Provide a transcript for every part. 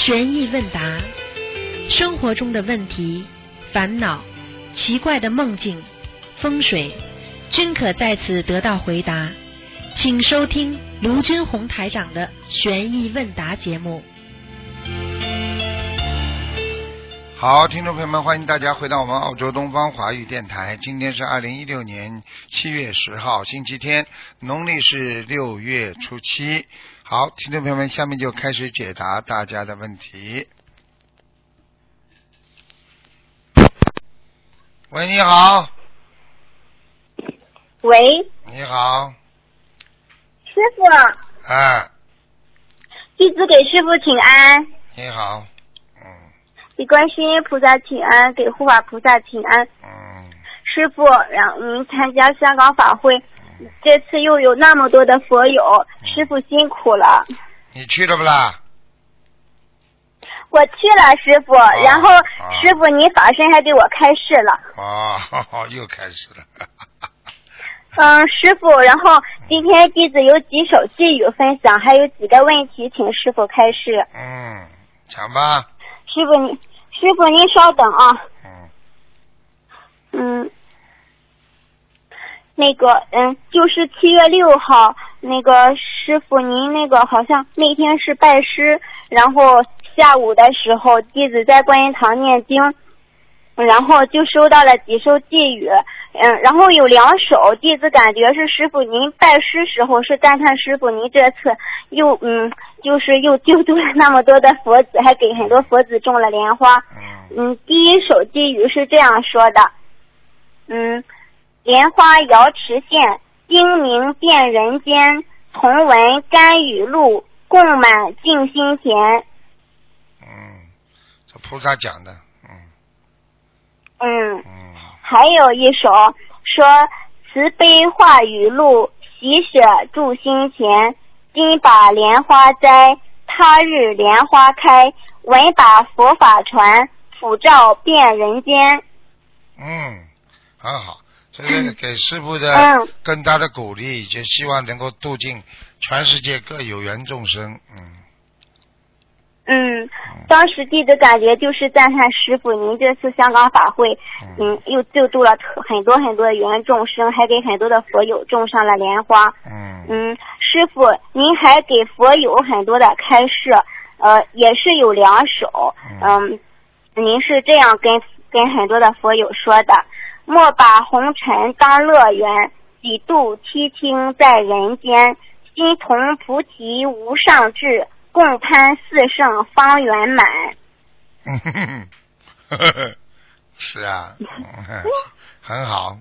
悬疑问答，生活中的问题、烦恼、奇怪的梦境、风水，均可在此得到回答。请收听卢军红台长的悬疑问答节目。 好，听众朋友们，欢迎大家回到我们澳洲东方华语电台。今天是2016年7月10号，星期天，农历是6月初7。好，听众朋友们，下面就开始解答大家的问题。喂，你好。 喂。 你好。 师傅。 哎。 弟子给师傅请安。 你好。 给观世音菩萨请安，给护法菩萨请安。师傅让您参加香港法会，这次又有那么多的佛友，师傅辛苦了。 你去了不啦？ 我去了，师傅。然后师傅您法身还给我开示了。 又开始了。 师傅，然后今天弟子有几首寄语分享，还有几个问题请师傅开示。 讲吧。 师傅您稍等啊。就是7月6号，那个师傅您那个好像那天是拜师，然后下午的时候弟子在观音堂念经，然后就收到了几首寄语，然后有2首弟子感觉是师傅您拜师时候是赞叹师傅您这次又救度了那么多的佛子，还给很多佛子种了莲花。第一首寄语是这样说的，莲花摇池县，丁明遍人间，同闻甘雨露，供满净心田。 这菩萨讲的。 还有一首说慈悲化雨露，喜舍住心田，今把莲花摘，他日莲花开，闻把佛法传，普照遍人间。 很好，这个给师父的更大的鼓励，就希望能够度尽全世界各有缘众生。 当时弟子感觉就是赞叹师父您这次香港法会，又救助了很多很多的缘众生，还给很多的佛友种上了莲花。师父您还给佛友很多的开示，也是有2首。您是这样跟很多的佛友说的：莫把红尘当乐园，几度凄清在人间，心同菩提无上智，共攀四圣方圆满。 是啊。很好。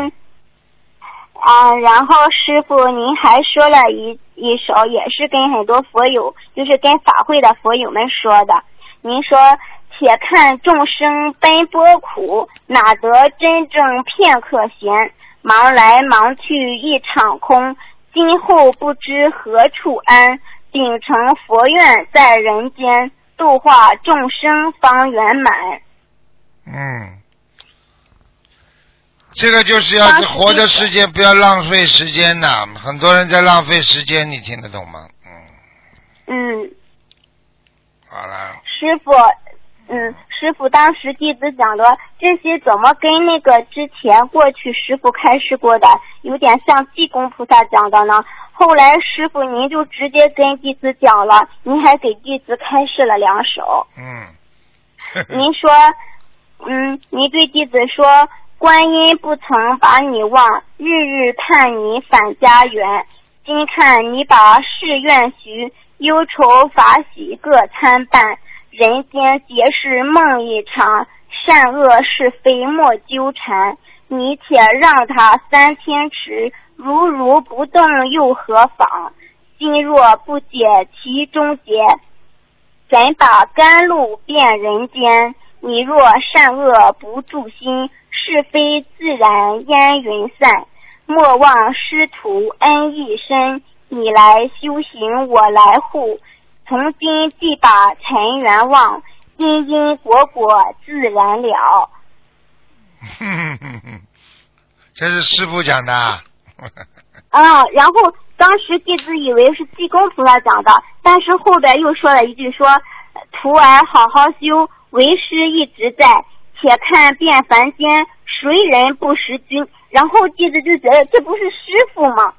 然后师父您还说了一首，也是跟很多佛友，就是跟法会的佛友们说的。您说且看众生奔波苦，哪得真正片刻闲，忙来忙去一场空，今后不知何处安，秉承佛愿在人间，度化众生方圆满。 这个就是要活着时间不要浪费时间呐，很多人在浪费时间，你听得懂吗？好了。师父当时弟子讲的这些怎么跟那个之前过去师父开示过的有点像济公菩萨讲的呢？后来师父您就直接跟弟子讲了，您还给弟子开示了2首。您说您对弟子说，观音不曾把你忘，日日盼你返家园，今看你把誓愿许，忧愁法喜各参半，人间皆是梦一场，善恶是非莫纠缠，你且让他3天迟，如不动又何妨，心若不解其中结，怎把甘露遍人间，你若善恶不住心，是非自然烟云散，莫忘师徒恩义深，你来修行我来护，从今既把尘缘忘，因因果果自然了。 这是师父讲的。 然后当时弟子以为是济公菩萨讲的，但是后边又说了一句说， 徒儿好好修，为师一直在，且看遍凡间，谁人不识君。然后弟子就觉得这不是师傅吗？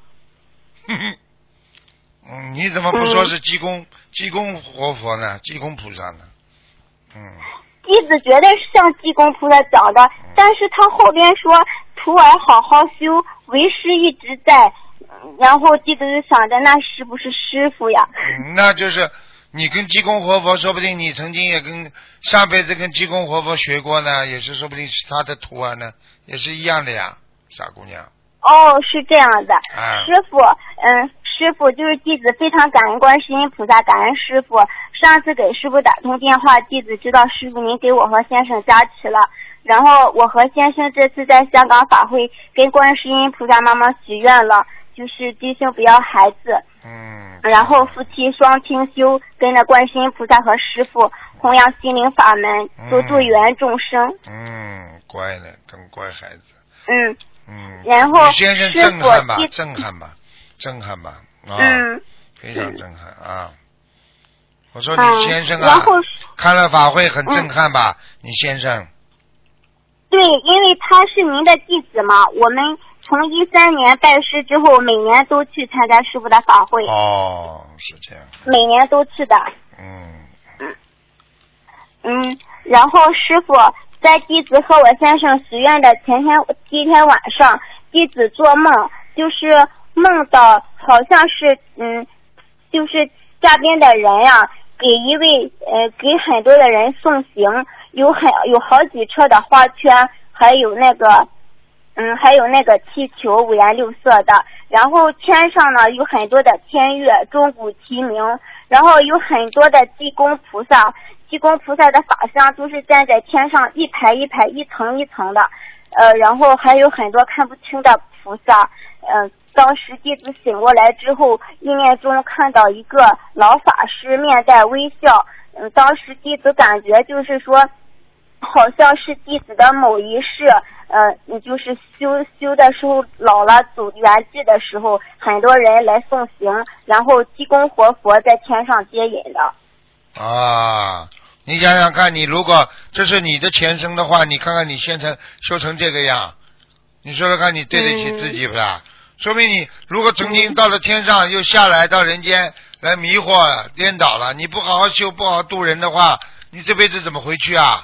你怎么不说是济公活佛呢？济公菩萨呢？ 弟子觉得像济公菩萨讲的，但是他后边说徒儿好好修，为师一直在，然后弟子就想着那是不是师傅呀？ 那就是你跟济公活佛，说不定你曾经也跟上辈子跟济公活佛学过呢，也是说不定是他的徒儿呢，也是一样的呀，傻姑娘。 哦，是这样的，师傅就是弟子非常感恩观世音菩萨，感恩师傅。上次给师傅打通电话，弟子知道师傅您给我和先生加持了，然后我和先生这次在香港法会跟观世音菩萨妈妈许愿了，就是今生不要孩子。然后夫妻双清修，跟着观世音菩萨和师傅弘扬心灵法门，多度有缘众生。 乖呢，跟乖孩子。 然后你先生震撼吧，震撼吧，非常震撼啊！我说你先生啊，看了法会很震撼吧？你先生？ 对，因为他是您的弟子嘛，我们从13年拜师之后，每年都去参加师父的法会。 哦，是这样。 每年都去的。然后师父在弟子和我先生许愿的第一天晚上，弟子做梦，就是梦到好像是就是下边的人呀，给很多的人送行，有好几车的花圈，还有那个气球，五颜六色的。然后天上呢有很多的天乐，钟鼓齐鸣，然后有很多的济公菩萨。济公菩萨的法相都是站在天上，一排一排，一层一层的，然后还有很多看不清的菩萨。当时弟子醒过来之后，意念中看到一个老法师面带微笑。当时弟子感觉就是说，好像是弟子的某一世，就是修的时候老了走圆寂的时候，很多人来送行，然后济公活佛在天上接引的。 你想想看，你如果这是你的前生的话，你看看你现在修成这个样，你说说看，你对得起自己不啦？说明你如果曾经到了天上，又下来到人间来迷惑了、颠倒了，你不好好修、不好好度人的话，你这辈子怎么回去啊？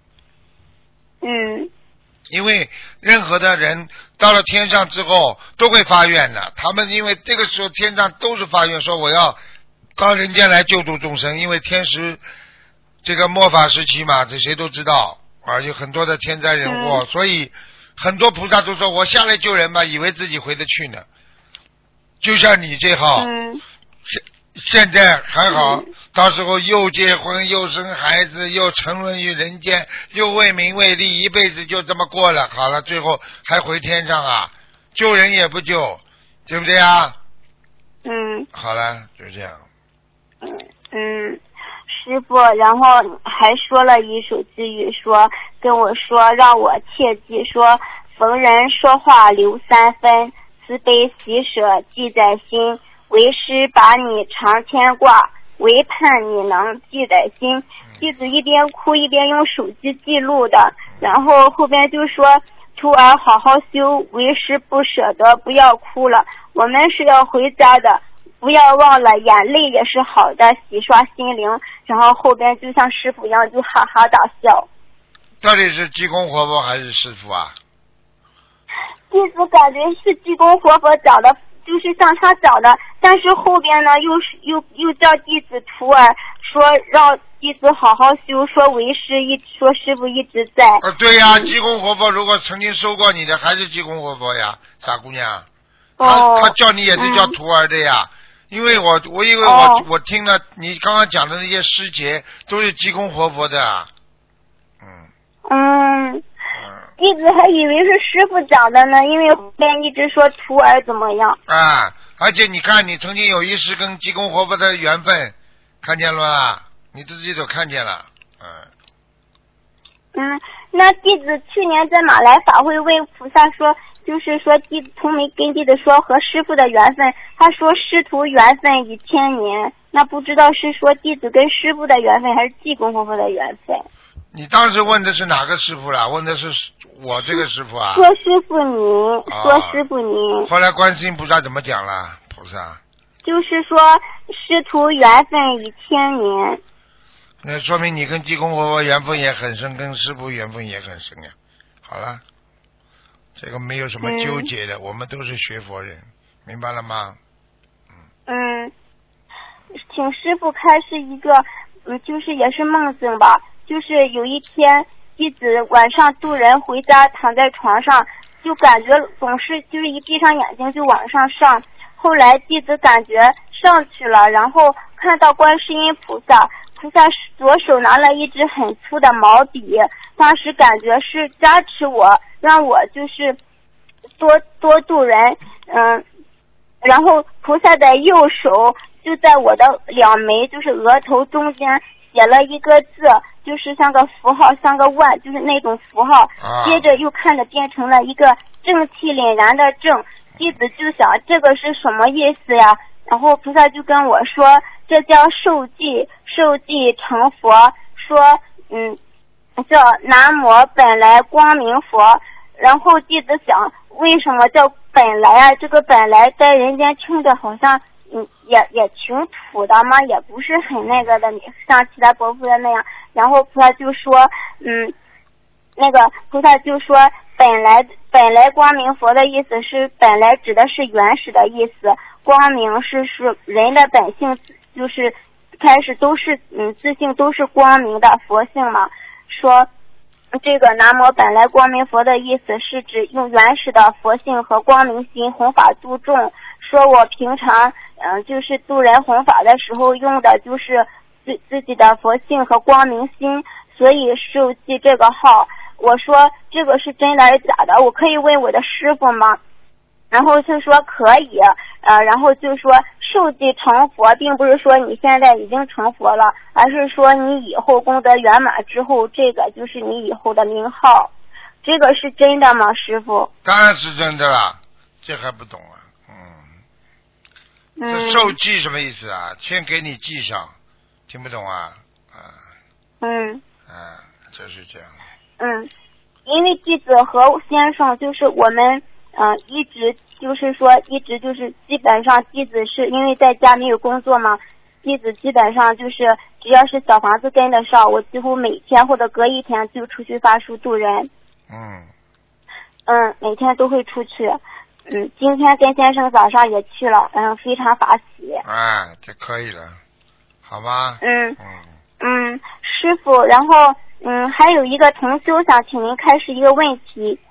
因为任何的人到了天上之后都会发愿的，他们因为这个时候天上都是发愿说我要到人间来救度众生，因为天时这个末法时期嘛，这谁都知道啊，有很多的天灾人祸，所以很多菩萨都说我下来救人吧，以为自己回得去呢。就像你这号，现在还好，到时候又结婚又生孩子，又沉沦于人间，又为名为利，一辈子就这么过了。好了，最后还回天上啊，救人也不救，对不对啊？好了，就这样。 师父，然后还说了一首寄语，说跟我说让我切记说，逢人说话留3分，慈悲喜舍记在心，为师把你常牵挂，唯盼你能记在心。弟子一边哭一边用手机记录的，然后后边就说徒儿好好修，为师不舍得，不要哭了，我们是要回家的，不要忘了眼泪也是好的，洗刷心灵。然后后边就像师父一样就哈哈大笑。 到底是济公活佛还是师父啊？ 弟子感觉是济公活佛讲的，就是像他讲的，但是后边呢又叫弟子徒儿说让弟子好好修，说为师说师父一直在。 对呀，济公活佛如果曾经收过你的，还是济公活佛呀，傻姑娘。他叫你也是叫徒儿的呀。因为我听了你刚刚讲的那些师节都是济公活佛的。 弟子还以为是师父讲的呢，因为后边一直说徒儿怎么样。 而且你看你曾经有一世跟济公活佛的缘分，看见了吧？你自己都看见了。 那弟子去年在马来法会问菩萨说， 就是说弟子从没跟弟子说和师父的缘分，他说师徒缘分与千年，那不知道是说弟子跟师父的缘分还是济公婆婆的缘分。 你当时问的是哪个师傅啦？问的是我这个师傅啊？ 说师傅您，说师傅您。 后来观世音菩萨怎么讲了？菩萨就是说师徒缘分与千年。 那说明你跟济公婆婆缘分也很深，跟师傅缘分也很深呀。好了，这个没有什么纠结的，我们都是学佛人，明白了吗？ 请师傅开示一个，就是也是梦境吧。就是有一天，弟子晚上渡人回家，躺在床上，就感觉总是就是一闭上眼睛就往上上。后来弟子感觉上去了，然后看到观世音菩萨，菩萨左手拿了一支很粗的毛笔，当时感觉是加持我，让我就是多渡人。然后菩萨的右手就在我的两眉，就是额头中间写了一个字，就是像个符号，像个万，就是那种符号。接着又看着变成了一个正气凛然的正。弟子就想这个是什么意思呀？然后菩萨就跟我说，这叫受记，受记成佛。说叫南无本来光明佛。然后弟子想，为什么叫本来啊？这个本来在人间听着好像也挺土的嘛，也不是很那个的，像其他伯父的那样。然后菩萨就说，那个菩萨就说本来光明佛的意思是本来指的是原始的意思，光明是人的本性，就是开始都是自性都是光明的佛性嘛。说这个南无本来光明佛的意思是指用原始的佛性和光明心弘法度众。说我平常就是度人弘法的时候用的就是自己的佛性和光明心，所以受记这个号。我说这个是真的还是假的？我可以问我的师傅吗？然后就说可以，然后就说受记成佛，并不是说你现在已经成佛了，而是说你以后功德圆满之后，这个就是你以后的名号。这个是真的吗，师傅？ 当然是真的啦，这还不懂啊？这受记什么意思啊？先给你记上，听不懂啊？就是这样。 因为弟子和先生就是我们一直就是基本上弟子是因为在家没有工作嘛，弟子基本上就是只要是小房子跟得上，我几乎每天或者隔一天就出去发书度人。每天都会出去。今天跟先生早上也去了，非常法喜。 这可以了，好吗？ 师傅，然后还有一个同修想请您开示一个问题。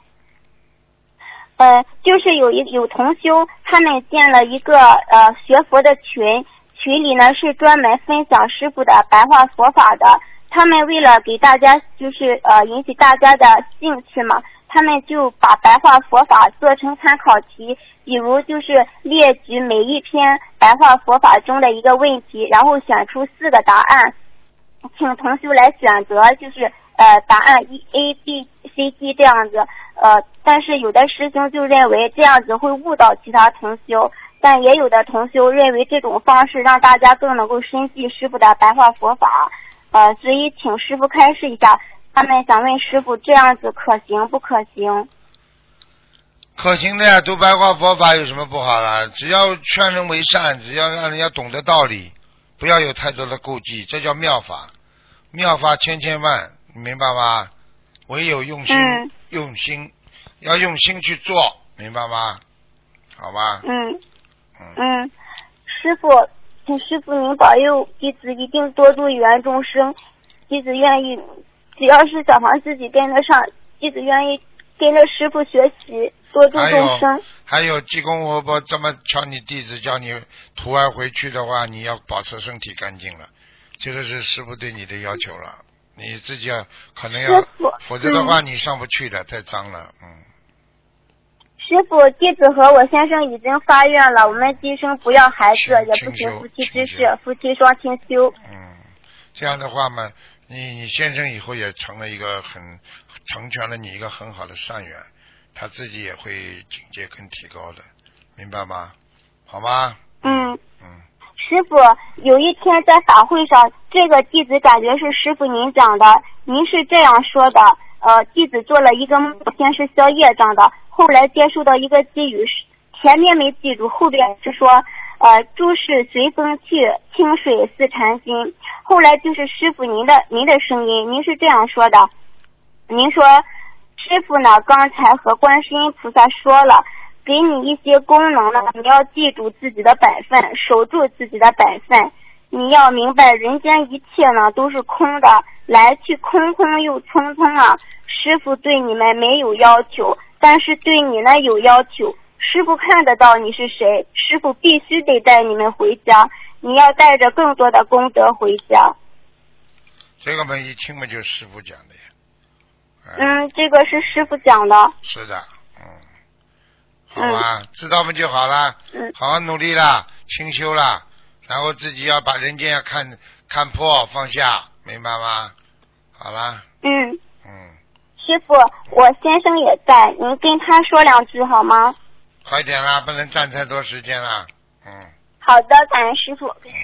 就是有同修他们建了一个学佛的群里呢是专门分享师傅的白话佛法的。他们为了给大家就是引起大家的兴趣嘛，他们就把白话佛法做成参考题，比如就是列举每一篇白话佛法中的一个问题，然后选出4个答案，请同修来选择，就是答案A B C D 这样子。但是有的师兄就认为这样子会误导其他同修，但也有的同修认为这种方式让大家更能够深记师父的白话佛法。所以请师父开示一下，他们想问师父这样子可行不可行？ 可行的呀，读白话佛法有什么不好啦？只要劝人为善，只要让人家懂得道理，不要有太多的顾忌，这叫妙法。妙法千万，你明白吗？唯有用心，要用心去做，明白吗？好吧。 师父，请师父您保佑弟子一定多度有缘众生，弟子愿意，只要是小房自己跟得上，弟子愿意跟着师父学习，多度众生。 还有济公婆婆这么敲你弟子，叫你徒儿回去的话，你要保持身体干净了，这个是师父对你的要求了，你自己可能要，否则的话你上不去的，太脏了。 师父，弟子和我先生已经发愿了，我们今生不要孩子，也不行夫妻之事，夫妻双清修。 这样的话嘛，你先生以后也成了一个成全了你一个很好的善缘， 他自己也会境界更提高的，明白吗？好吗？ 师傅，有一天在法会上，这个弟子感觉是师傅您讲的，您是这样说的，弟子做了一个梦，先是消业障的，后来接触到一个寄语，前面没记住，后边是说诸事随风去，清水似禅心。后来就是师傅您的声音，您是这样说的，您说师傅呢刚才和观世音菩萨说了，给你一些功能呢，你要记住自己的本分，守住自己的本分。你要明白人间一切呢都是空的，来去空空又匆匆啊。师傅对你们没有要求，但是对你呢有要求。师傅看得到你是谁，师傅必须得带你们回家，你要带着更多的功德回家。 这个嘛一听嘛就是师傅讲的呀。 这个是师傅讲的。 是的，好吧，知道嘛就好了。好好努力啦，清修啦，然后自己要把人间要看破放下，明白吗？好啦。 师傅，我先生也在，您跟他说两句好吗？ 快点啦，不能占太多时间啦。 好的，感恩师傅。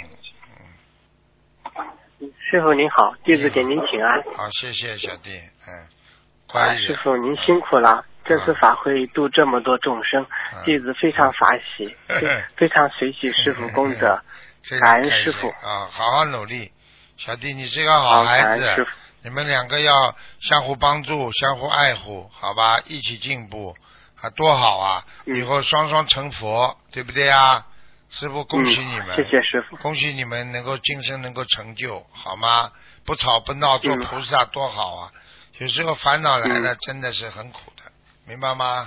师傅您好，弟子给您请安。 好，谢谢小弟。 师傅您辛苦了，这次法会度这么多众生，弟子非常法喜，非常随喜师傅功德，感恩师傅啊，好好努力，小弟你是个好孩子，你们两个要相互帮助，相互爱护，好吧，一起进步啊，多好啊！以后双双成佛，对不对啊？师傅恭喜你们， 谢谢师傅， 恭喜你们能够今生能够成就，好吗？不吵不闹做菩萨多好啊！有时候烦恼来了，真的是很苦的，明白吗？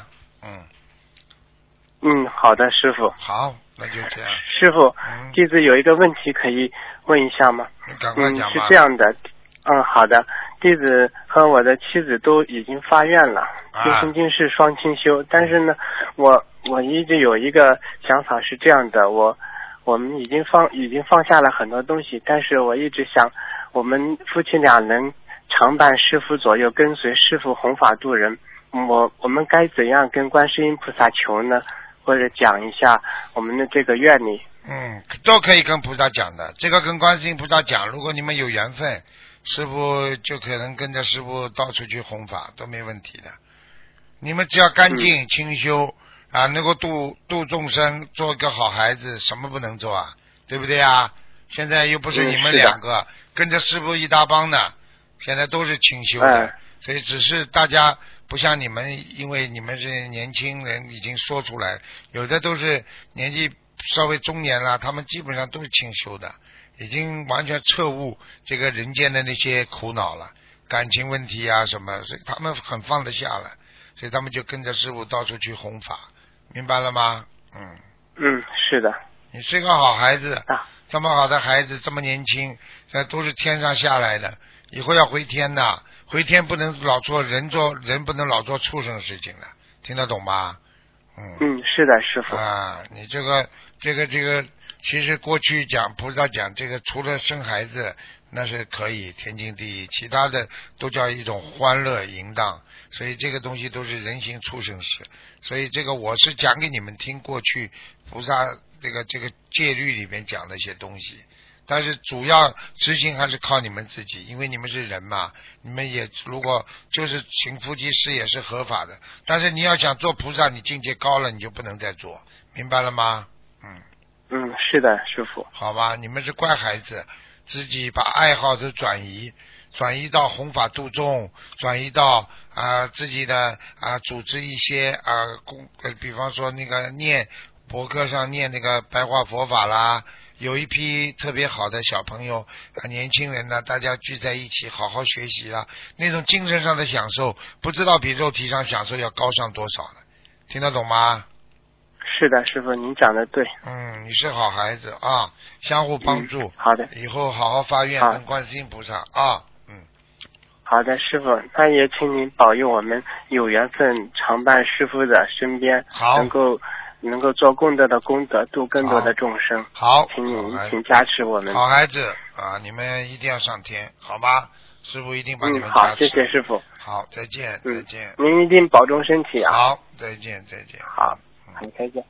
好的，师傅。 好，那就这样。 师傅，弟子有一个问题可以问一下吗？ 你赶快讲吧。 是这样的，好的，弟子和我的妻子都已经发愿了，今生今世双清修，但是呢，我一直有一个想法是这样的，我们已经放下了很多东西，但是我一直想，我们夫妻俩能常伴师父左右，跟随师父弘法度人，我们该怎样跟观世音菩萨求呢？或者讲一下我们的这个愿力。 都可以跟菩萨讲的，这个跟观世音菩萨讲，如果你们有缘分，师父就可能跟着师父到处去弘法，都没问题的。你们只要干净清修啊，能够度众生，做个好孩子，什么不能做啊？对不对啊？现在又不是你们两个，跟着师父一大帮的，现在都是清修的，所以只是大家不像你们，因为你们是年轻人已经说出来，有的都是年纪稍微中年了，他们基本上都是清修的，已经完全彻悟这个人间的那些苦恼了，感情问题啊什么，所以他们很放得下了，所以他们就跟着师父到处去弘法，明白了吗？ 是的。 你是个好孩子，这么好的孩子，这么年轻，这都是天上下来的，以后要回天的，回天不能老做人不能老做畜生的事情了，听得懂吗？ 是的，师父。 你这个，其实过去讲菩萨讲这个，除了生孩子那是可以天经地义，其他的都叫一种欢乐淫荡，所以这个东西都是人形畜生事，所以这个我是讲给你们听，过去菩萨这个戒律里面讲的一些东西，但是主要执行还是靠你们自己，因为你们是人嘛，你们也如果就是行夫妻事也是合法的，但是你要想做菩萨，你境界高了你就不能再做，明白了吗？ 是的，师父。 好吧，你们是乖孩子，自己把爱好都转移到弘法度众，转移到自己的组织一些比方说那个念博客上念那个白话佛法啦，有一批特别好的小朋友年轻人呢，大家聚在一起好好学习啦，那种精神上的享受不知道比肉体上享受要高上多少了，听得懂吗？ 是的，师父，您讲的对。 你是好孩子啊，相互帮助。 好的， 以后好好发愿跟观世音菩萨啊。 好的，师父，那也请您保佑我们有缘分常伴师父的身边，能够做功德的功德，度更多的众生。 好， 请加持我们。 好孩子啊，你们一定要上天，好吧？ 师傅一定帮你们好，谢谢师傅。 好，再见，再见。 您一定保重身体啊。 好，再见，再见。 好，再见。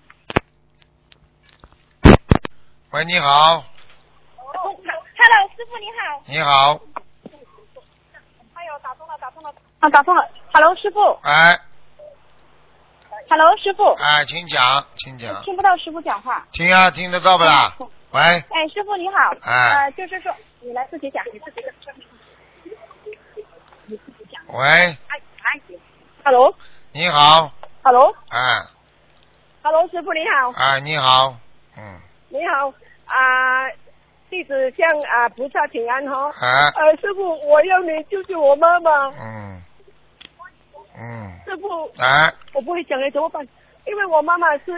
喂，你好。 Hello， 师傅你好。 你好。 哎呦，打通了。啊，打通了。Hello， 师傅。 哎。 Hello， 师傅。 哎，请讲。 听不到师傅讲话。 听啊，听得到不啦？喂。 哎，师傅你好。 哎。 就是说，你来自己讲，你自己讲。 喂。 Hello。 你好。 Hello。 哎。 Hello， 师傅你好。 哎，你好。 你好弟子向菩萨请安哈。师傅，我要你救救我妈妈。师傅。我不会讲了怎么办？因为我妈妈是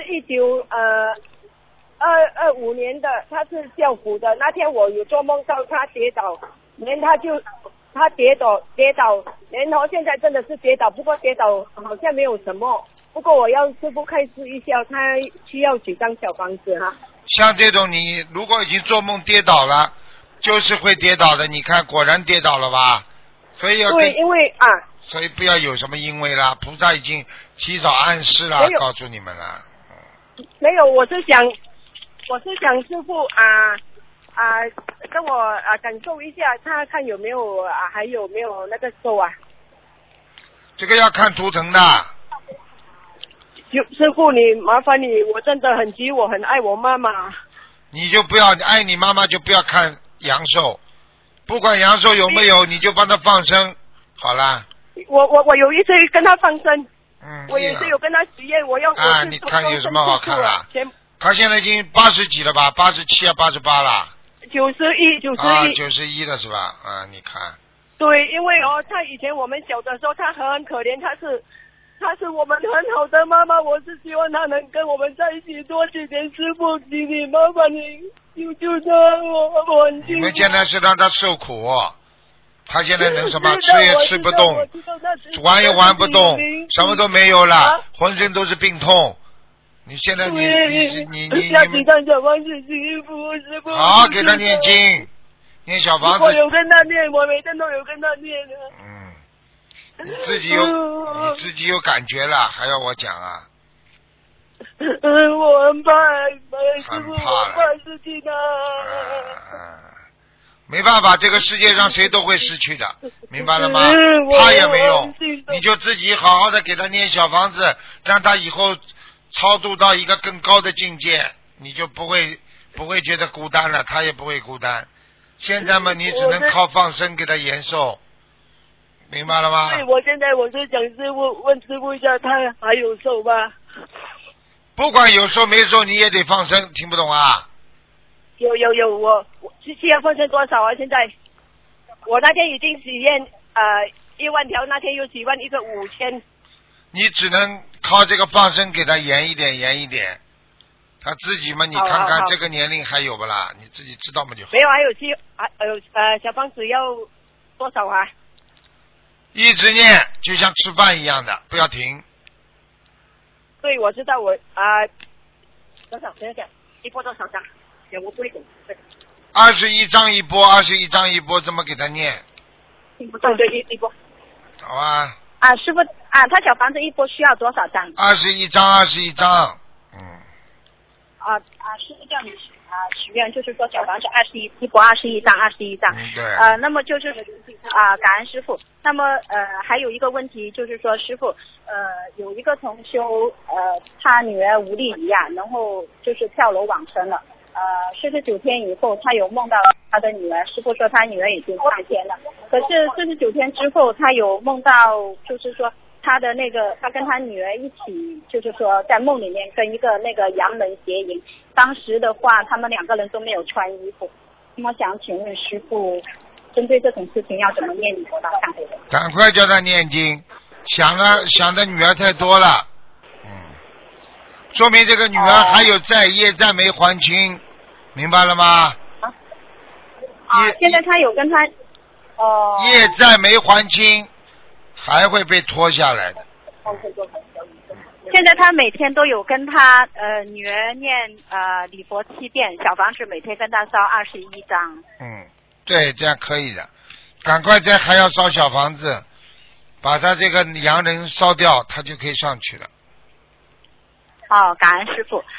1925年的，她是教辅的。那天我有做梦到她跌倒，她跌倒，然后现在真的是跌倒，不过跌倒好像没有什么。不过我要师傅开示一下，她需要几张小房子哈。 像这种你如果已经做梦跌倒了，就是会跌倒的。你看，果然跌倒了吧？所以要对，因为所以不要有什么因为啦，菩萨已经提早暗示了，告诉你们了。 没有，我是想师傅跟我感受一下，他看有没有还有没有那个收啊？ 这个要看图腾的。 师傅，你麻烦你，我真的很急，我很爱我妈妈。 你就不要爱你妈妈，就不要看阳寿，不管阳寿有没有，你就帮她放生，好啦。 我有一次跟她放生，我也是有跟她许愿，我用你看有什么好看啦？她现在已经80几了吧？87啊，88了。91了是吧？你看。 对，因为她以前我们小的时候，她很可怜，她是我们很好的妈妈，我是希望她能跟我们在一起多几年。师傅，请你麻烦你救救她，我很辛苦。 你们现在是让她受苦，她现在能什么？吃也吃不动，玩也玩不动，什么都没有了，浑身都是病痛。你现在你要几张小房子，师傅。 好，给她念经，念小房子。 我有跟她念，我每天都有跟她念的。 你自己有感觉了，还要我讲啊？ 我很怕， 很怕了，怕失去他。 没办法，这个世界上谁都会失去的，明白了吗？怕也没用，你就自己好好的给他念小房子，让他以后超度到一个更高的境界，你就不会觉得孤单了，他也不会孤单。现在嘛，你只能靠放生给他延寿。明白了吗？ 对，我现在我是想问师傅一下，他还有寿吗？ 不管有寿没寿，你也得放生，听不懂啊？ 有，我需要放生多少啊？现在我那天已经许愿1万条，那天又许愿一个5000。 你只能靠这个放生给他延一点。他自己嘛，你看看这个年龄还有不啦？你自己知道嘛就好。 没有，还有小房子要多少啊？ 一直念，就像吃饭一样的，不要停。 对，我知道多少？等一下，一波多少张？我不会懂。 21张一波，21张一波，这么给他念？ 对，一波。 好啊。 师傅他小房子一波需要多少张 ？21张。 师傅叫你许愿，就是说小房子一波21张。 对。 那么就是感恩师傅。那么还有一个问题就是说，师傅有一个同修他女儿无力一样，然后就是跳楼往生了。49天以后，他有梦到他的女儿，师傅说他女儿已经上天了。可是49天之后，他有梦到，就是说他跟他女儿一起，就是说在梦里面跟一个那个洋人结营。当时的话，他们2个人都没有穿衣服。那么想请问师傅，针对这种事情要怎么念礼佛大忏悔文？ 赶快叫他念经，想的女儿太多了，说明这个女儿还有业债没还清，明白了吗？ 现在他有跟他业债没还清，还会被拖下来的。 现在他每天都有跟他女儿念礼佛7遍，小房子每天跟他烧21张。 对，这样可以的。 赶快再还要烧小房子，把他这个洋人烧掉，他就可以上去了。 哦，感恩师傅。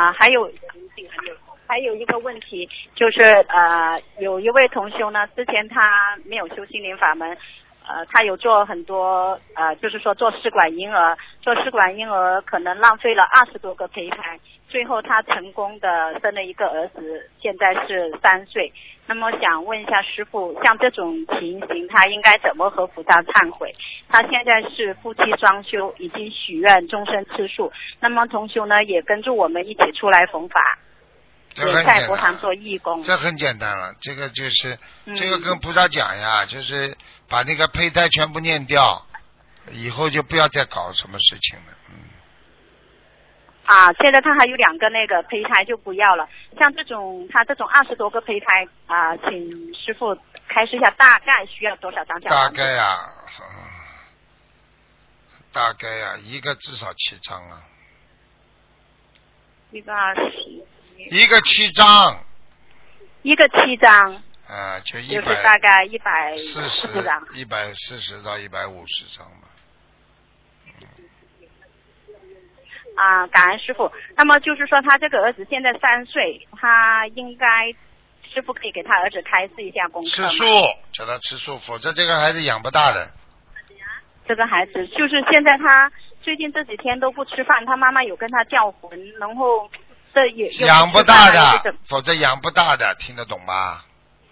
还有一个问题，就是有一位同修呢，之前他没有修心灵法门，他有做很多就是说做试管婴儿，可能浪费了20多个胚胎，最后他成功的生了一个儿子，现在是3岁。那么想问一下师父，像这种情形他应该怎么和菩萨忏悔？他现在是夫妻双修，已经许愿终身吃素，那么同修呢也跟着我们一起出来弘法，也在佛堂做义工。 这很简单了，这个就是这个跟菩萨讲呀，就是把那个胚胎全部念掉，以后就不要再搞什么事情了。 现在他还有2个那个胚胎就不要了。像他这种20多个胚胎请师父开示一下，大概需要多少张小房子？ 大概一个至少7张啊。 一个7 张。 一个7张。 就是大概140张。 140到150张吧。 感恩师父。那么就是说他这个儿子现在3岁，他应该师父可以给他儿子开示一下功课吗？ 吃素，叫他吃素，否则这个孩子养不大的。 这个孩子就是现在他最近这几天都不吃饭，他妈妈有跟他叫魂，然后这也养不大的，否则养不大的，听得懂吗？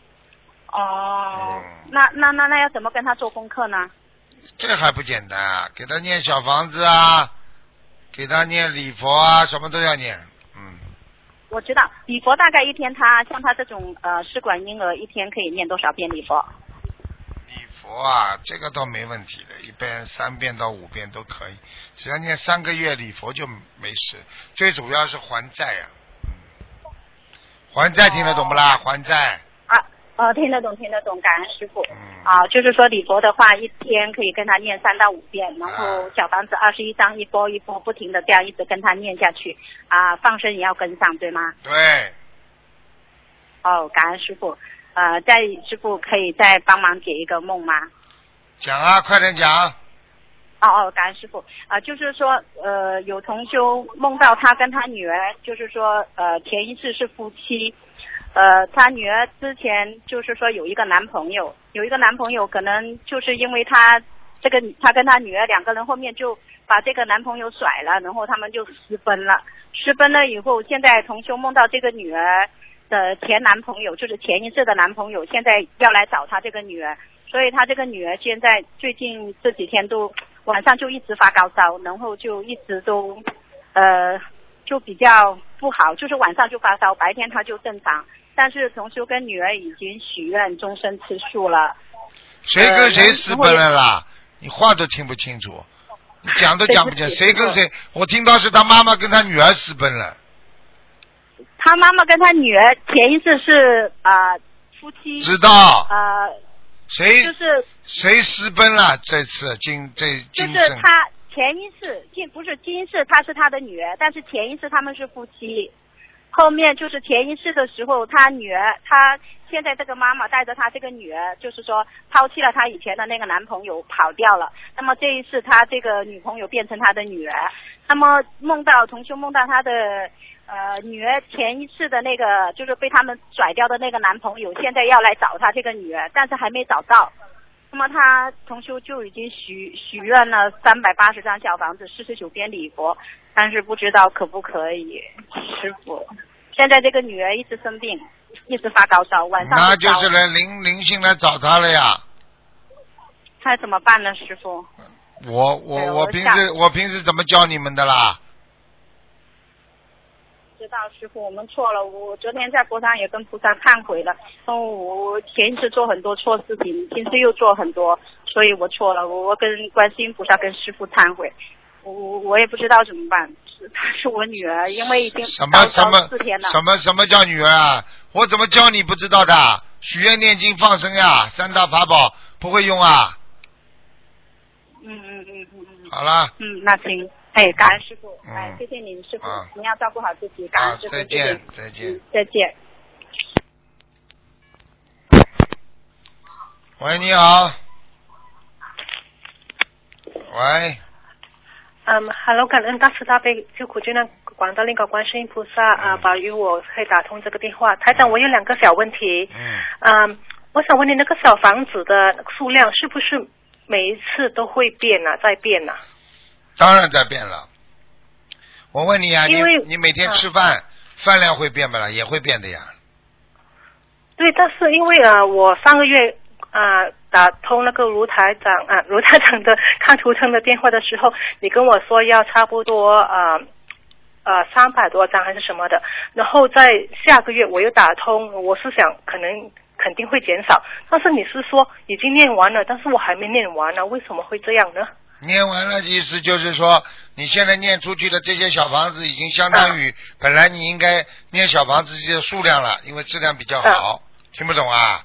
那要怎么跟他做功课呢？ 这还不简单啊，给他念小房子啊，给他念礼佛啊，什么都要念。 我知道礼佛大概一天，他像他这种试管婴儿一天可以念多少遍礼佛？ 礼佛啊，这个倒没问题的，一般3遍到5遍都可以，只要念3个月礼佛就没事。最主要是还债呀，还债听得懂不啦？还债。 听得懂，感恩师父。就是说礼佛的话，一天可以跟他念3到5遍，然后小房子21张，一波一波不停的这样一直跟他念下去。放生也要跟上，对吗？ 对。 感恩师父。师父可以再帮忙解一个梦吗？ 讲啊，快点讲。 感恩师父。就是说有同修梦到他跟他女儿，就是说前一世是夫妻。他女儿之前就是说有一个男朋友，可能就是因为他跟他女儿2个人后面就把这个男朋友甩了，然后他们就私奔了以后，现在同修梦到这个女儿的前男朋友，就是前一世的男朋友，现在要来找他这个女儿，所以他这个女儿现在最近这几天都晚上就一直发高烧，然后就一直都就比较不好，就是晚上就发烧，白天他就正常。但是同修跟女儿已经许愿终身吃素了。 谁跟谁私奔了啦？你话都听不清楚，你讲都讲不清。谁跟谁？我听到是他妈妈跟他女儿私奔了。 他妈妈跟他女儿前一次是夫妻。 知道。 谁就是谁私奔了？这次就是他前一世不是今世，他是他的女儿，但是前一世他们是夫妻。后面就是前一世的时候，他现在这个妈妈带着他这个女儿，就是说抛弃了他以前的那个男朋友跑掉了。那么这一世他这个女朋友变成他的女儿。那么同修梦到他的女儿前一世的那个就是被他们甩掉的那个男朋友，现在要来找他这个女儿，但是还没找到。那么他同修就已经许愿了380张小房子，49遍礼佛，但是不知道可不可以。师父，现在这个女儿一直生病，一直发高烧，晚上那就是来灵性来找他了呀。 他怎么办呢，师父？ 我平时怎么教你们的啦？ 知道师父，我们错了。我昨天在佛堂也跟菩萨忏悔了。我前一次做很多错事情，今次又做很多，所以我错了。我跟观世音菩萨跟师父忏悔。我也不知道怎么办。她是我女儿，因为已经烧4天了。 什么叫女儿啊？我怎么教你不知道的？许愿念经放生呀，3大法宝不会用啊。好了。 那行。感恩师父。谢谢您，师父，您要照顾好自己。感恩师父。 再见。 再见。 喂，你好。喂。 Hello， 感恩大慈大悲救苦救难广大灵感观世音菩萨保佑我可以打通这个电话。台长，我有2个小问题。我想问你，那个小房子的数量是不是每一次都会变啊，在变啊？ 当然在变了。我问你啊，你每天吃饭，饭量会变不啦？也会变的呀。 对，但是因为我上个月打通那个卢台长的看图腾的电话的时候，你跟我说要差不多300多张还是什么的，然后在下个月我又打通，我是想肯定会减少，但是你是说已经念完了，但是我还没念完呢，为什么会这样呢？ 念完了意思就是说，你现在念出去的这些小房子已经相当于本来你应该念小房子这些数量了，因为质量比较好。听不懂啊？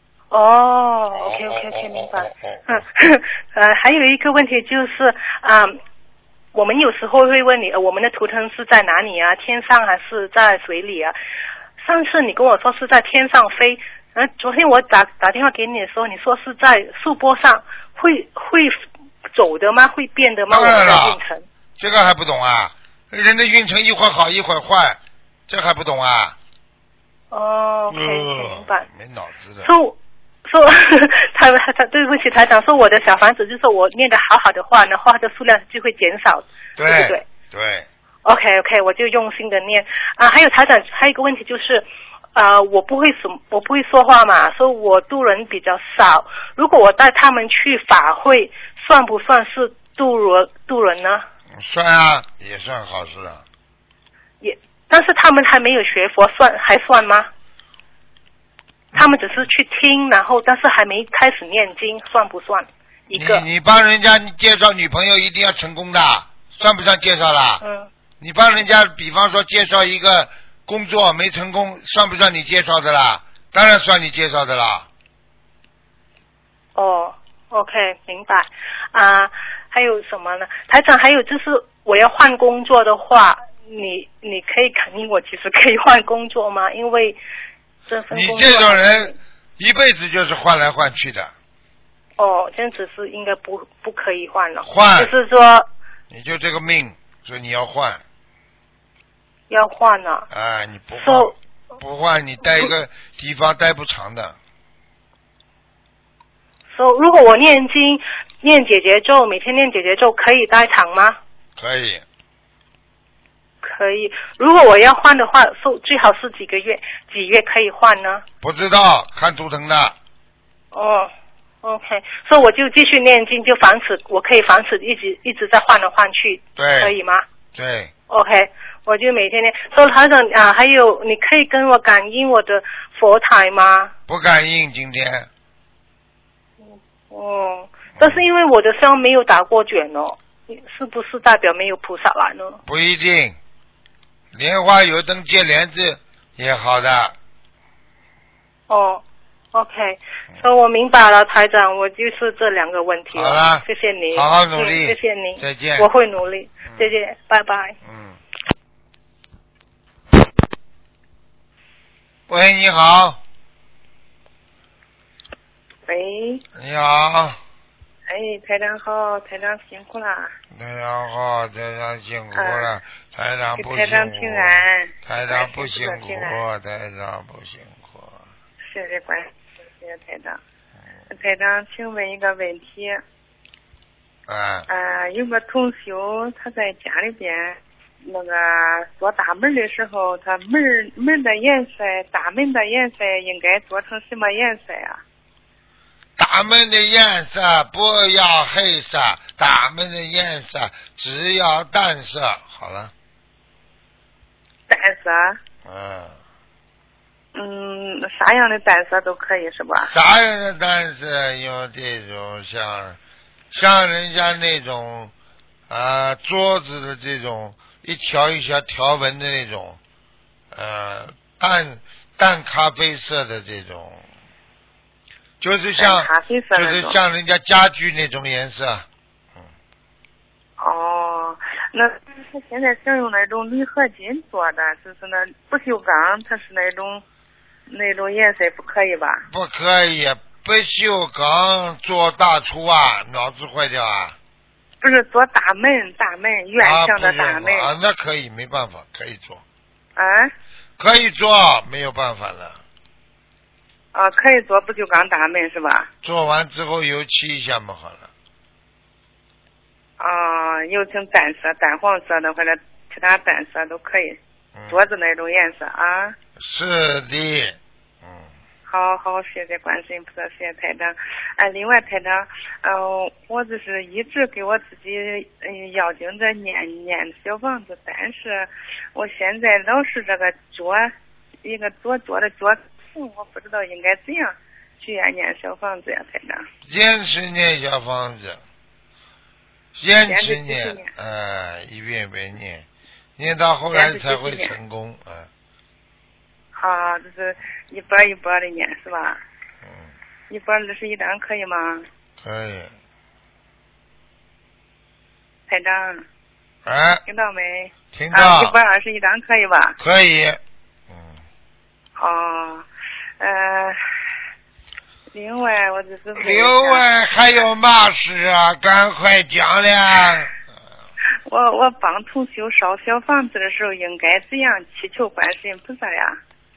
OK， 明白。还有一个问题就是我们有时候会问你，我们的图腾是在哪里啊？天上还是在水里啊？上次你跟我说是在天上飞，昨天我打电话给你的时候，你说是在树坡上，会走的吗？会变的吗？ 当然了， 我们的运程这个还不懂啊？人的运程一会儿好一会儿坏，这还不懂啊 ？OK， 明白。 没脑子的。 他对不起台长，说我的小房子就是我念得好的话，然后它的数量就会减少，对不对？ 对。 OK， 我就用心的念还有台长，还有一个问题就是我不会说话嘛，所以我度人比较少。如果我带他们去法会，算不算是度人呢？ 算啊，也算好事啊。 但是他们还没有学佛，还算吗？他们只是去听，然后但是还没开始念经，算不算一个？ 你帮人家介绍女朋友一定要成功的，算不算介绍啦？你帮人家比方说介绍一个工作没成功，算不算你介绍的啦？当然算你介绍的啦。 OK， 明白还有什么呢？台长，还有就是我要换工作的话，你可以肯定我其实可以换工作吗？因为这份工作，你这种人一辈子就是换来换去的。 这样子是应该不可以换了。 换就是说你就这个命，所以你要换。 要换了。 你不换你待一个地方待不长的。 如果我念经念解结咒，每天念解结咒可以待长吗？ 可以。 可以。如果我要换的话，最好是几月可以换呢？ 不知道，看图腾的。 OK， 所以我就继续念经，我可以防止一直在换来换去， 对， 可以吗？ 对。 OK， 我就每天念。台长还有你可以跟我感应我的佛台吗？ 不感应今天。 但是因为我的香没有打过卷是不是代表没有菩萨来呢？ 不一定，莲花油灯接帘子也好的。 OK， 所以我明白了，台长，我就是这2个问题。 好了， 谢谢你， 好好努力， 谢谢你， 再见， 我会努力，谢谢，拜拜。 喂，你好。 喂。 你好。 台长好，台长辛苦了。 台长好，台长辛苦了，台长不辛苦。 台长平安。 台长不辛苦，台长不辛苦。 谢谢关心，谢谢台长。台长，请问一个问题。有个同修，他在家里边做大门的时候，他门的颜色，大门的颜色应该做成什么颜色啊？ 大门的颜色不要黑色，大门的颜色只要淡色，好了。 淡色？啥样的淡色都可以是吧？ 啥样的淡色？有这种像人家那种桌子的这种一条一条条纹的那种淡咖啡色的这种。就是像人家家具那种颜色。 那他现在想用那种铝合金做的，就是那不锈钢，它是那种颜色不可以吧？ 不可以， 不锈钢做大厨啊，脑子坏掉啊？ 不是做大门圆形的大门。 啊，那可以，没办法，可以做。 啊？ 可以做，没有办法了。 啊，可以做不锈钢大门是吧？ 做完之后油漆一下嘛，好了。 啊，油成淡色、淡黄色的或者其他淡色都可以。桌子那种颜色啊。 是的。 好，谢谢观世音菩萨，谢谢台长。另外台长，我就是一直给我自己要经着念小房子，但是我现在老是这个一个左的脚痛，我不知道应该怎样去念小房子呀，台长。 坚持念小房子，坚持念，一遍一遍念到后来才会成功， 好，就是一波一波的念是吧？一波21张可以吗？ 可以。 台长。听到没？ 听到。 121张可以吧？ 可以。 另外我就是。 另外还有嘛事啊？赶快讲了。 我帮同修烧小房子的时候，应该怎样祈求观世音菩萨呀？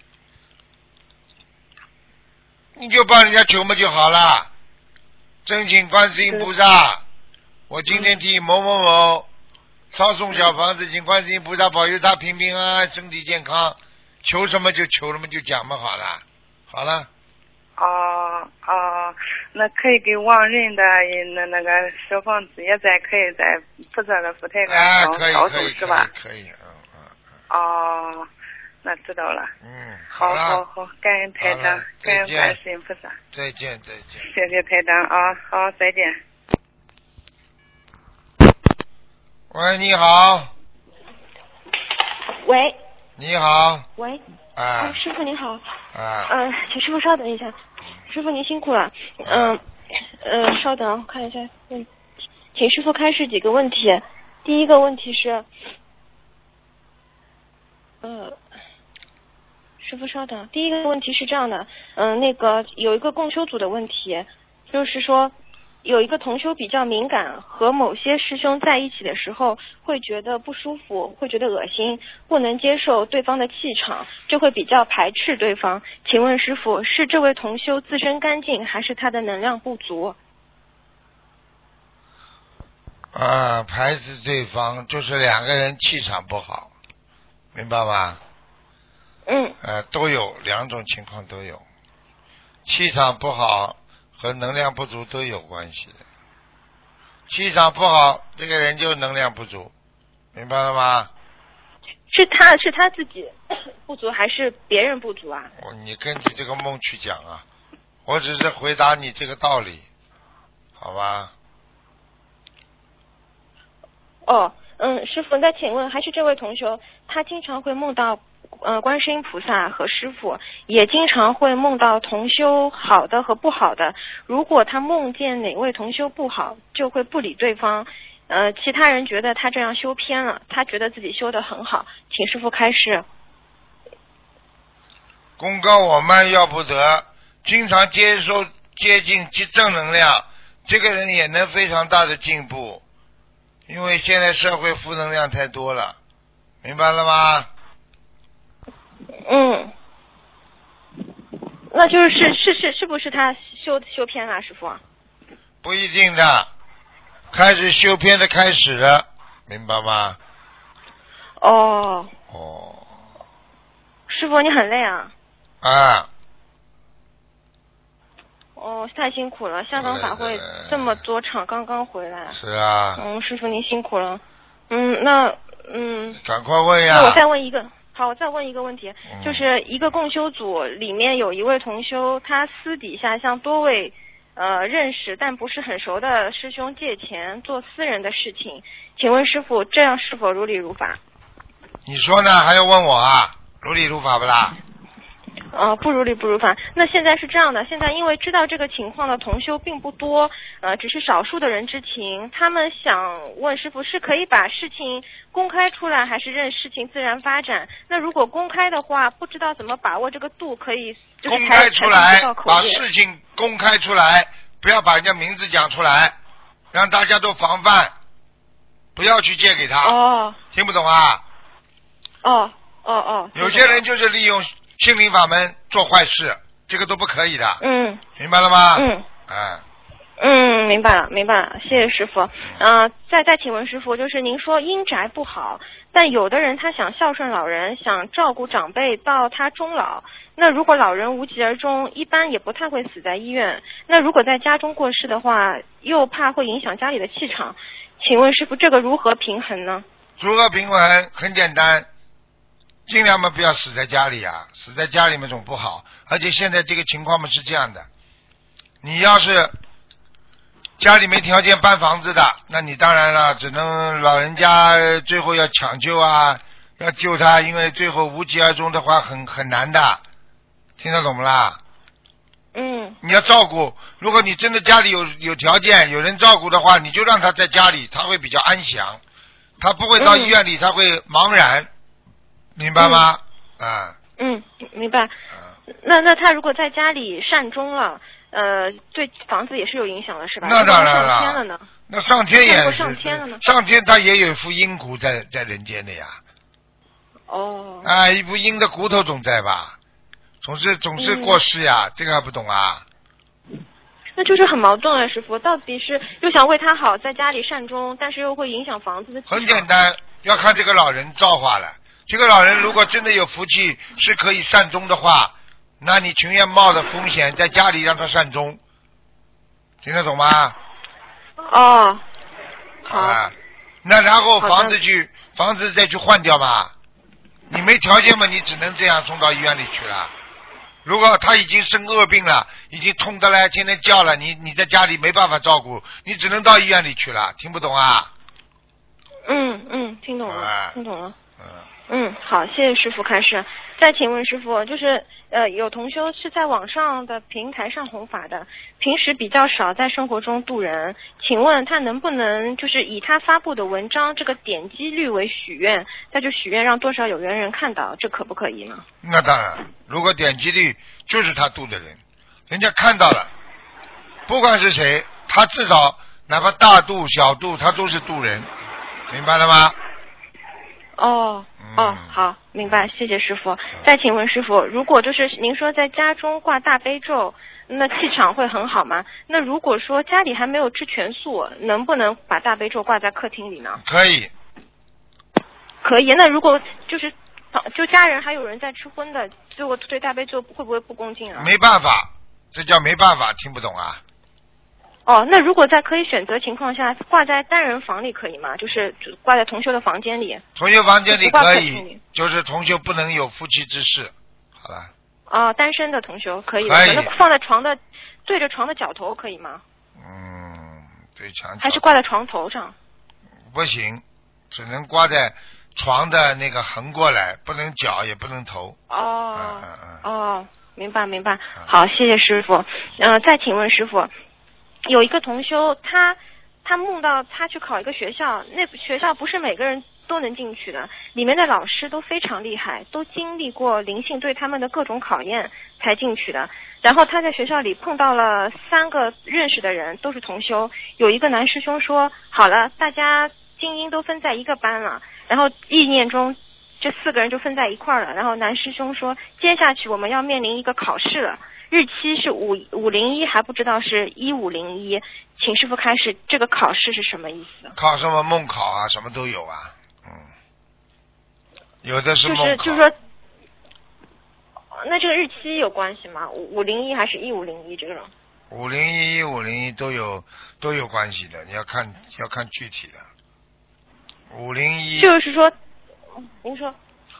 你就帮人家求嘛就好了。真请观世音菩萨，我今天替某某某烧送小房子，请观世音菩萨保佑他平平安安，身体健康。求什么就求什么，就讲嘛好了。好了。 那可以给亡人的那个小房子也可以在菩萨的佛台上烧送是吧？ 可以。 那知道了。 好， 感恩台长，感恩观世音菩萨。 再见。 谢谢台长啊，好，再见。 喂，你好。 喂。 你好。 喂。师傅您好。请师傅稍等一下，师傅您辛苦了。稍等，我看一下请师傅开示几个问题。第一个问题是，师傅稍等。第一个问题是这样的，那个有一个共修组的问题，就是说有一个同修比较敏感，和某些师兄在一起的时候会觉得不舒服，会觉得恶心，不能接受对方的气场，就会比较排斥对方。请问师傅，是这位同修自身干净，还是他的能量不足？ 排斥对方就是两个人气场不好，明白吗？都有两种情况都有，气场不好和能量不足都有关系的。气场不好，这个人就能量不足，明白了吗？ 是他自己不足，还是别人不足啊？ 你根据这个梦去讲啊，我只是回答你这个道理，好吧？ 师傅，那请问还是这位同修，他经常会梦到观世音菩萨和师父，也经常会梦到同修好的和不好的。如果他梦见哪位同修不好，就会不理对方。其他人觉得他这样修偏了，他觉得自己修得很好，请师父开示。 功高我慢要不得，经常接近正能量，这个人也能非常大的进步。因为现在社会负能量太多了，明白了吗？ 那就是是不是他修偏了，师傅？ 不一定的，开始修偏的开始了，明白吗？ 师傅你很累啊。太辛苦了，香港法会这么多场，刚刚回来。 是啊。 师傅您辛苦了。 赶快问呀。 那我再问一个问题，就是一个共修组里面有一位同修，他私底下向多位认识但不是很熟的师兄借钱做私人的事情，请问师傅这样是否如理如法？ 你说呢？还要问我啊？如理如法不啦？ 不如理不如法。那现在是这样的，现在因为知道这个情况的同修并不多，只是少数的人知情，他们想问师父是可以把事情公开出来，还是任事情自然发展？那如果公开的话，不知道怎么把握这个度，可以就是公开出来，把事情公开出来，不要把人家名字讲出来，让大家都防范，不要去借给他。听不懂啊？有些人就是利用心灵法门做坏事，这个都不可以的。明白了吗？ 明白了，谢谢师傅。再请问师傅，就是您说阴宅不好，但有的人他想孝顺老人，想照顾长辈到他终老，那如果老人无疾而终，一般也不太会死在医院，那如果在家中过世的话，又怕会影响家里的气场，请问师傅这个如何平衡呢？ 如何平衡？很简单，尽量嘛不要死在家里啊，死在家里面总不好。而且现在这个情况嘛是这样的，你要是家里没条件搬房子的，那你当然了，只能老人家最后要抢救啊，要救他，因为最后无疾而终的话很难的，听得懂不啦？你要照顾，如果你真的家里有条件，有人照顾的话，你就让他在家里，他会比较安详，他不会到医院里，他会茫然，明白吗？ 明白。那他如果在家里善终了，对房子也是有影响的，是吧？ 那当然了。 上天了呢？ 那上天也上天了呢？ 上天他也有一副阴骨在人间的呀。一副阴的骨头总在吧？总是过世呀，这个还不懂啊？ 那就是很矛盾啊，师傅，到底是又想为他好，在家里善终，但是又会影响房子的。 很简单，要看这个老人造化了。这个老人如果真的有福气，是可以善终的话，那你情愿冒着风险在家里让他善终，听得懂吗？ 好。 那然后房子再去换掉嘛？你没条件嘛，你只能这样送到医院里去了。如果他已经生恶病了，已经痛得来天天叫了，你在家里没办法照顾，你只能到医院里去了，听不懂啊？ 听懂了。好，谢谢师傅开示。再请问师傅，就是有同修是在网上的平台上弘法的，平时比较少在生活中度人，请问他能不能就是以他发布的文章这个点击率为许愿，再就许愿让多少有缘人看到，这可不可以呢？ 那当然，如果点击率就是他度的人，人家看到了，不管是谁，他至少哪怕大度小度，他都是度人，明白了吗？ 好，明白，谢谢师傅。再请问师傅，如果就是您说在家中挂大悲咒，那气场会很好吗？那如果说家里还没有吃全素，能不能把大悲咒挂在客厅里呢？ 可以。 那如果就家人还有人在吃荤的，最后对大悲咒会不会不恭敬啊？ 没办法，这叫没办法，听不懂啊？ 那如果在可以选择情况下，挂在单人房里可以吗？就是挂在同修的房间里。 同修房间里可以，就是同修不能有夫妻之事。好了。 单身的同修可以。 可以。 那放在对着床的脚头可以吗？ 对墙。 还是挂在床头上？ 不行，只能挂在床的那个横过来，不能脚也不能头。 明白。好，谢谢师傅。再请问师傅。有一个同修，他梦到他去考一个学校，那学校不是每个人都能进去的，里面的老师都非常厉害，都经历过灵性对他们的各种考验才进去的。然后他在学校里碰到了3个认识的人，都是同修。有一个男师兄说，好了，大家精英都分在一个班了，然后意念中这4个人就分在一块儿了。然后男师兄说，接下去我们要面临一个考试了，日期是501，还不知道是1501，请师傅开始，这个考试是什么意思？ 考什么梦考啊，什么都有啊。有的是梦考。 就是说，那这个日期有关系吗？501还是1501这种 ？501、1501都有关系的，你要看具体的。501 就是说，您说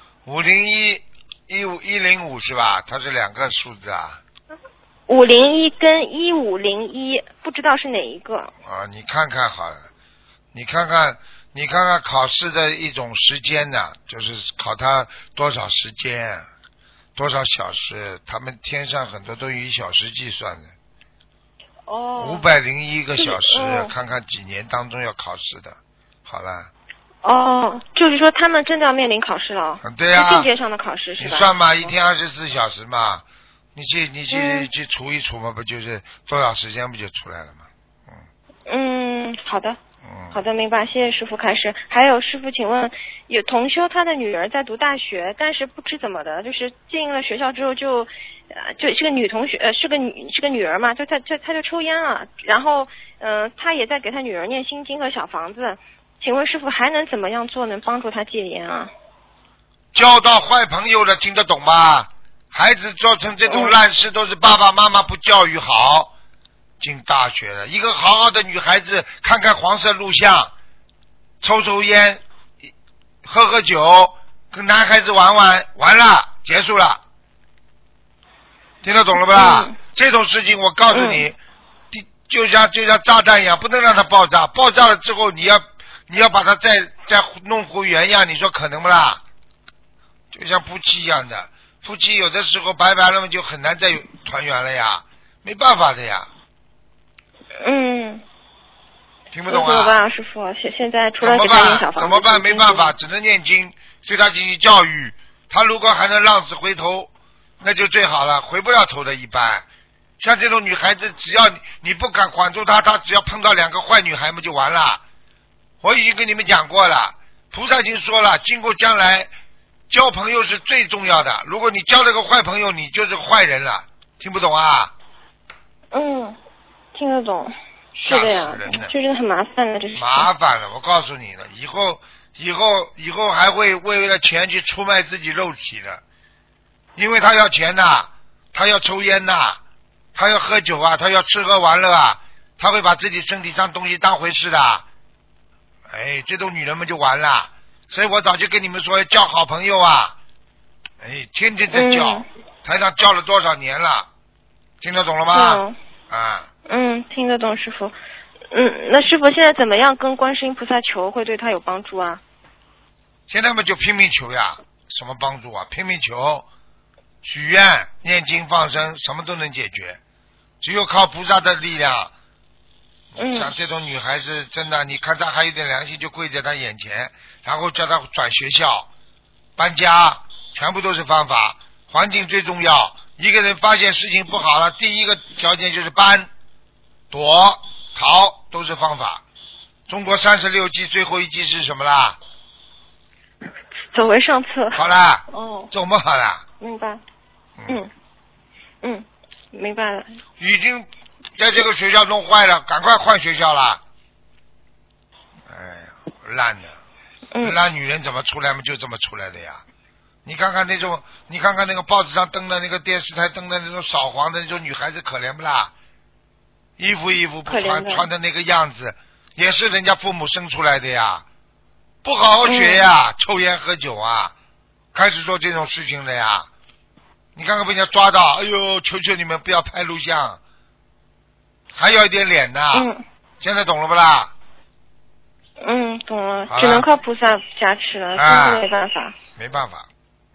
501、105是吧？它是2个数字啊。 501跟1501，不知道是哪一个。 你看看好了，你看看考试的一种时间呢，就是考它多少时间。 多少小时？他们天上很多都以小时计算的。501个小时，看看几年当中要考试的。好了。 就是说他们真的要面临考试了。 对啊。 境界上的考试是吧？ 你算吧，一天24小时嘛，你去除一除嘛，不就是多少时间不就出来了吗？ 好的。好的，明白，谢谢师傅开始。还有师傅，请问有同修他的女儿在读大学，但是不知怎么的，就是进了学校之后就是个女同学，是个女儿嘛，她就抽烟了，然后她也在给她女儿念心经和小房子，请问师傅还能怎么样做能帮助她戒烟啊？ 交到坏朋友的听得懂吗？孩子做成这种烂事都是爸爸妈妈不教育好。进大学了，一个好好的女孩子看看黄色录像，抽烟，喝酒，跟男孩子玩，完了结束了，听得懂了吧？这种事情我告诉你，就像炸弹一样，不能让它爆炸，爆炸了之后你要把它再弄回原样，你说可能不啦？就像夫妻一样的，夫妻有的时候拜拜了嘛，就很难再团圆了呀，没办法的呀。听不懂啊？ 怎么办，师傅？现在除了给他念小房子， 怎么办？没办法，只能念经，对他进行教育。他如果还能浪子回头，那就最好了。回不了头的一般，像这种女孩子，只要你不敢管住她，她只要碰到2个坏女孩们就完了。我已经跟你们讲过了，菩萨已经说了，经过将来交朋友是最重要的。如果你交了个坏朋友，你就是个坏人了。听不懂啊？ 听得懂。是的呀，这真的很麻烦了，这是麻烦了。我告诉你了，以后还会为了钱去出卖自己肉体的，因为他要钱呐，他要抽烟呐，他要喝酒啊，他要吃喝玩乐啊，他会把自己身体上东西当回事的。这种女人们就完了。所以我早就跟你们说，要交好朋友啊。天天在交，台上交了多少年了，听得懂了吗？ 听得懂师傅。那师傅现在怎么样跟观世音菩萨求会对他有帮助啊？ 现在嘛就拼命求呀，什么帮助啊？拼命求，许愿、念经、放生，什么都能解决，只有靠菩萨的力量。像这种女孩子，真的，你看她还有点良心，就跪在她眼前，然后叫她转学校、搬家，全部都是方法。环境最重要。一个人发现事情不好了，第一个条件就是搬、躲、逃，都是方法。中国36计最后一计是什么啦？ 走为上策。 好啦。走不好啦。 明白。明白了。 已经在这个学校弄坏了，赶快换学校啦。烂的。烂女人怎么出来嘛？就这么出来的呀。你看看那个报纸上登的那个电视台登的那种扫黄的那种女孩子，可怜不啦？衣服不穿的那个样子，也是人家父母生出来的呀。不好好学呀，抽烟喝酒啊，开始做这种事情了呀。你看看被人家抓到，哎呦，求求你们不要拍录像，还要一点脸的。现在懂了不啦？ 懂了，只能靠菩萨加持了，真的没办法。 没办法。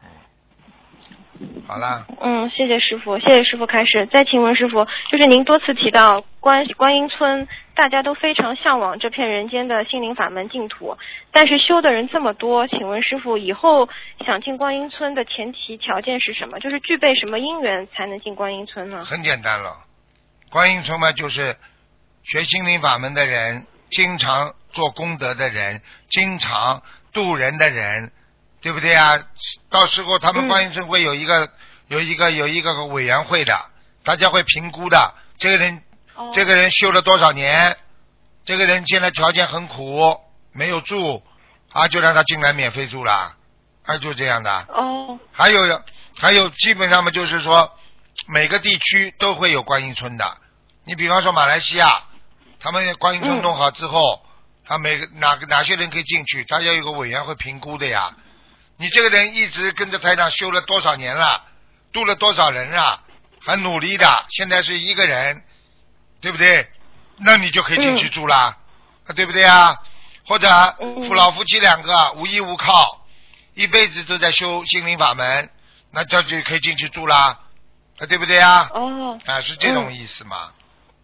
好了。 谢谢师傅，谢谢师傅开始。再请问师傅，就是您多次提到观音村，大家都非常向往这片人间的心灵法门净土，但是修的人这么多，请问师傅以后想进观音村的前提条件是什么？就是具备什么因缘才能进观音村呢？ 很简单了，观音村嘛，就是学心灵法门的人，经常做功德的人，经常度人的人，对不对啊？到时候他们观音村会有一个委员会的，大家会评估的。这个人修了多少年？这个人现在条件很苦，没有住啊，就让他进来免费住了，就这样的。还有，基本上嘛，就是说每个地区都会有观音村的。你比方说马来西亚，他们观音村弄好之后，他哪些人可以进去？他要有个委员会评估的呀。你这个人一直跟着台长修了多少年了，度了多少人啊，很努力的，现在是一个人，对不对？那你就可以进去住啦，对不对啊？或者老夫妻2个无依无靠，一辈子都在修心灵法门， 那这就可以进去住啦，对不对呀？ 哦。 是这种意思嘛。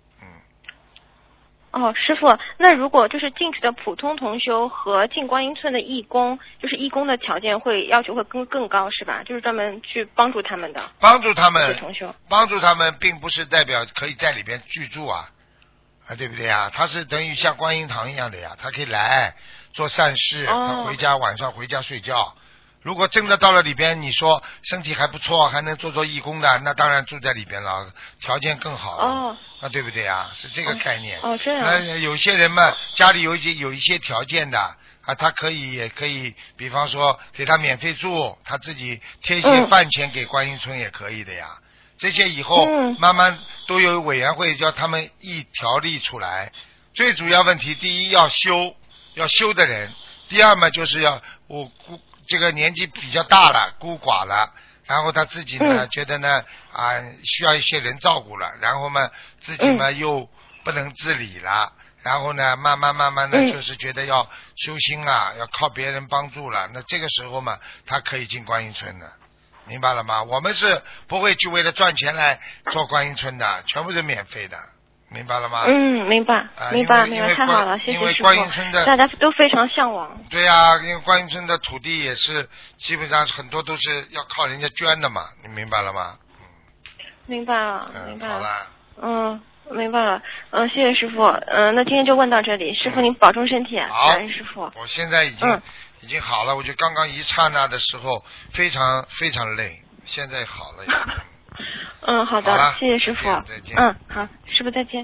哦，师傅，那如果就是进去的普通同修和进观音村的义工，就是义工的条件要求会更高是吧？就是专门去帮助他们的。 帮助他们同修， 帮助他们并不是代表可以在里边居住啊，对不对呀？他是等于像观音堂一样的呀，他可以来做善事，他晚上回家睡觉。如果真的到了里边，你说身体还不错，还能做义工的，那当然住在里边了，条件更好了，对不对呀？是这个概念。 这样。 那有些人嘛，家里有一些条件的他也可以，比方说给他免费住，他自己贴一些饭钱给观音村也可以的呀。这些以后慢慢都有委员会叫他们一条例出来。最主要问题，第一要修的人，第二嘛就是这个年纪比较大了，孤寡了，然后他自己呢觉得呢需要一些人照顾了，然后嘛自己嘛又不能自理了，然后呢慢慢的就是觉得要修心啊，要靠别人帮助了，那这个时候嘛他可以进观音村的，明白了吗？我们是不会去为了赚钱来做观音村的，全部是免费的。明白了吗？ 明白，太好了，谢谢师傅。 因为观音村的大家都非常向往。 对呀，因为观音村的土地也是基本上很多都是要靠人家捐的嘛，你明白了吗？ 明白了， 好了。 明白了，谢谢师傅。那今天就问到这里，师傅您保重身体，感恩师傅。 我现在已经好了，我就刚刚一刹那的时候非常非常累，现在好了。 好的，谢谢师傅。 再见。 好，师傅再见。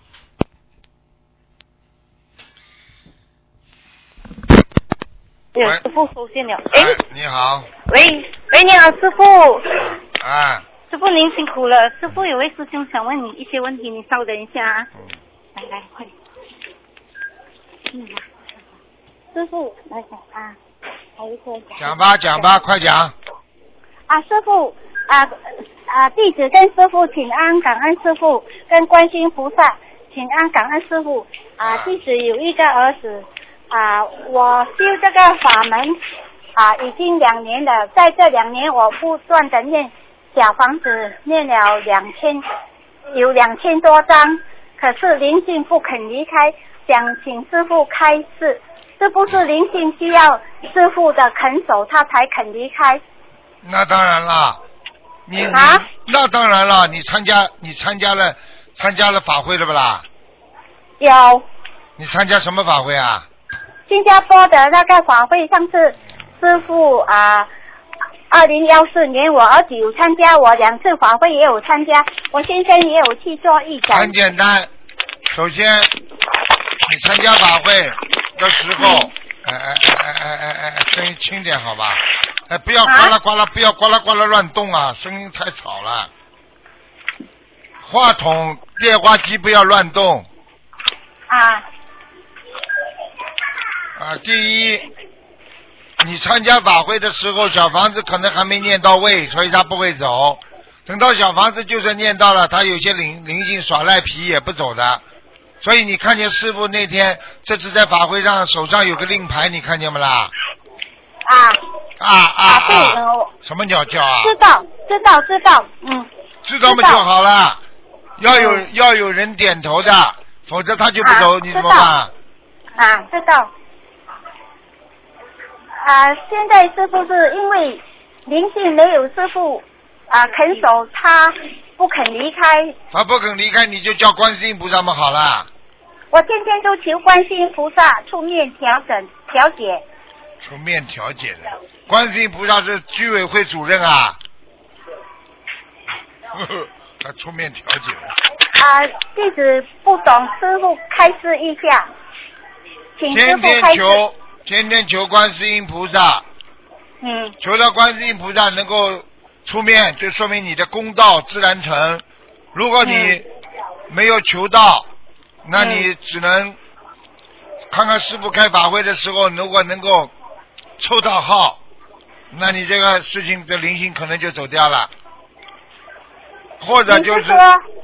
师傅收线了。 你好。 喂，你好，师傅。师傅您辛苦了，师傅有位师兄想问你一些问题，你稍等一下啊。来，快点。师傅，来啊，还有一个。 讲吧，快讲。 师傅弟子跟师傅请安，感恩师傅，跟观世音菩萨请安，感恩师傅。弟子有一个儿子，我修这个法门已经2年了，在这2年我不断的念小房子，念了2000多张，可是灵性不肯离开，想请师傅开示，是不是灵性需要师傅的肯守他才肯离开？ 那当然了。那当然了，你参加了法会了不啦？ 有。 你参加什么法会啊？ 新加坡的那个法会，上次师傅2014年我儿子有参加，我2次法会也有参加，我先生也有去做义诊。 很简单，首先你参加法会的时候，声音轻点好吧？不要呱啦呱啦，不要呱啦呱啦乱动啊，声音太吵了。话筒、电话机不要乱动。第一，你参加法会的时候，小房子可能还没念到位，所以他不会走。等到小房子就算念到了，他有些灵性耍赖皮也不走的。所以你看见师父那天这次在法会上手上有个令牌，你看见没啦？什么鸟叫啊？ 知道， 知道嘛就好了。要有人点头的，否则他就不走，你怎么办？ 知道。现在师父是因为灵性没有师父肯守，他不肯离开。 他不肯离开，你就叫观世音菩萨们好了。 我天天都求观世音菩萨出面调解。 出面调解的，观世音菩萨是居委会主任啊。他出面调解。 弟子不懂，师父开示一下，请师父开示。 天天求观世音菩萨。求到观世音菩萨能够出面，就说明你的功道自然成。如果你没有求到，那你只能看看师父开法会的时候，如果能够抽到号，那你这个事情的灵性可能就走掉了。或者就是说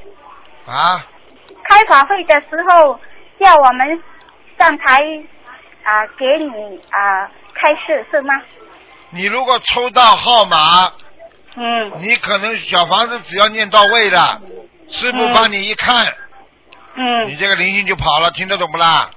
开法会的时候叫我们上台给你开示是吗？ 你如果抽到号码， 你可能小房子只要念到位了，师傅帮你一看，你这个灵性就跑了，听得懂不啦？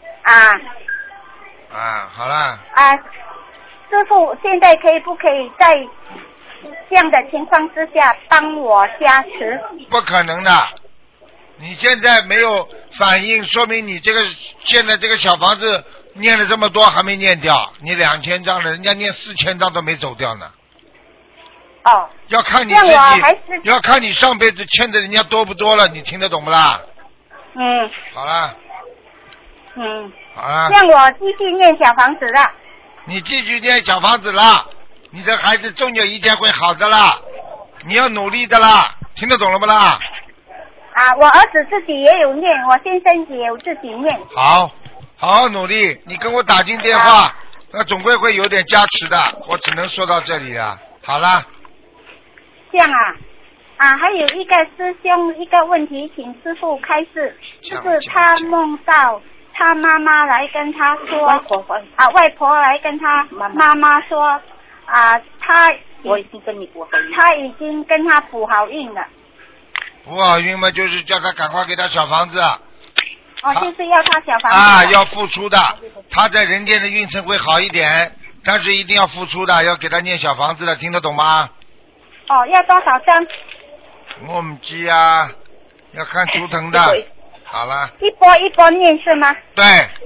好了。 师傅，现在不可以在这样的情况之下帮我加持？ 不可能的，你现在没有反应，说明你现在这个小房子念了这么多还没念掉，你2000张了，人家念4000张都没走掉呢。要看你自己，要看你上辈子欠的人家多不多了，你听得懂不啦？好了。好了。 让我继续念小房子了。 你继续念小房子啦，你的孩子终有一天会好的啦，你要努力的啦，听得懂了不啦？ 我儿子自己也有念，我先生也有自己念。好好努力，你跟我打进电话，那总归会有点加持的，我只能说到这里了。好了。 这样还有一个师兄一个问题，请师父开示，就是他梦到他妈妈来跟他说，外婆来跟他妈妈说，我已经跟你补好运，他已经跟他补好运了。 补好运嘛，就是叫他赶快给他小房子。 就是要他小房子。 要付出的，他在人间的运程会好一点，但是一定要付出的，要给他念小房子的，听得懂吗？ 要多少张？ 我唔知啊，要看图腾的。好了。 一波一波念是吗？ 对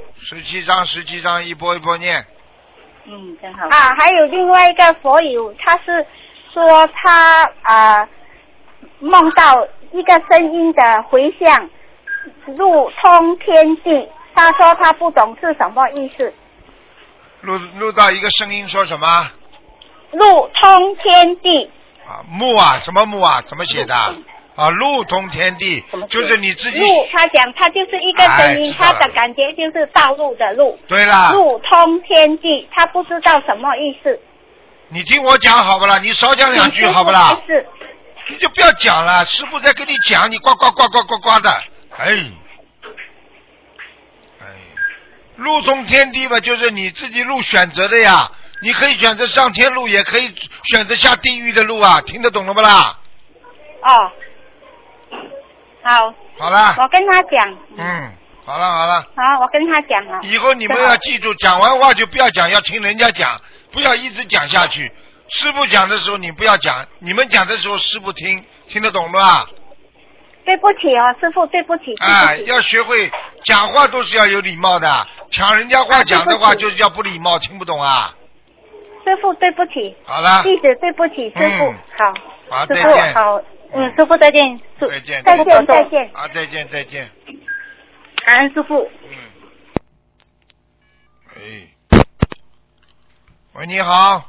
，17张，一波一波念。 真好。还有另外一个佛友，他是说他梦到一个声音的回响，路通天地。他说他不懂是什么意思。 录到一个声音说什么？ 路通天地。 木什么木怎么写的？路通天地，就是你自己。 路，他讲他就是一个声音，他的感觉就是道路的路。 对啦。 路通天地，他不知道什么意思。 你听我讲好不啦？你少讲2句好不啦？你就不要讲了，师傅在跟你讲，你呱的。路通天地嘛，就是你自己路选择的呀。你可以选择上天路，也可以选择下地狱的路啊，听得懂了不啦？好了。 我跟他讲。 好了。 好，我跟他讲了。 以后你们要记住，讲完话就不要讲，要听人家讲，不要一直讲下去。师父讲的时候你不要讲，你们讲的时候师父听得懂不啦？ 对不起师父，对不起。 要学会讲话都是要有礼貌的，抢人家话讲的话就是叫不礼貌，听不懂啊？ 师父对不起。 好了。 弟子对不起师父。 好， 师父好。师父再见。再见。 好，再见。 感恩师父。 喂，你好。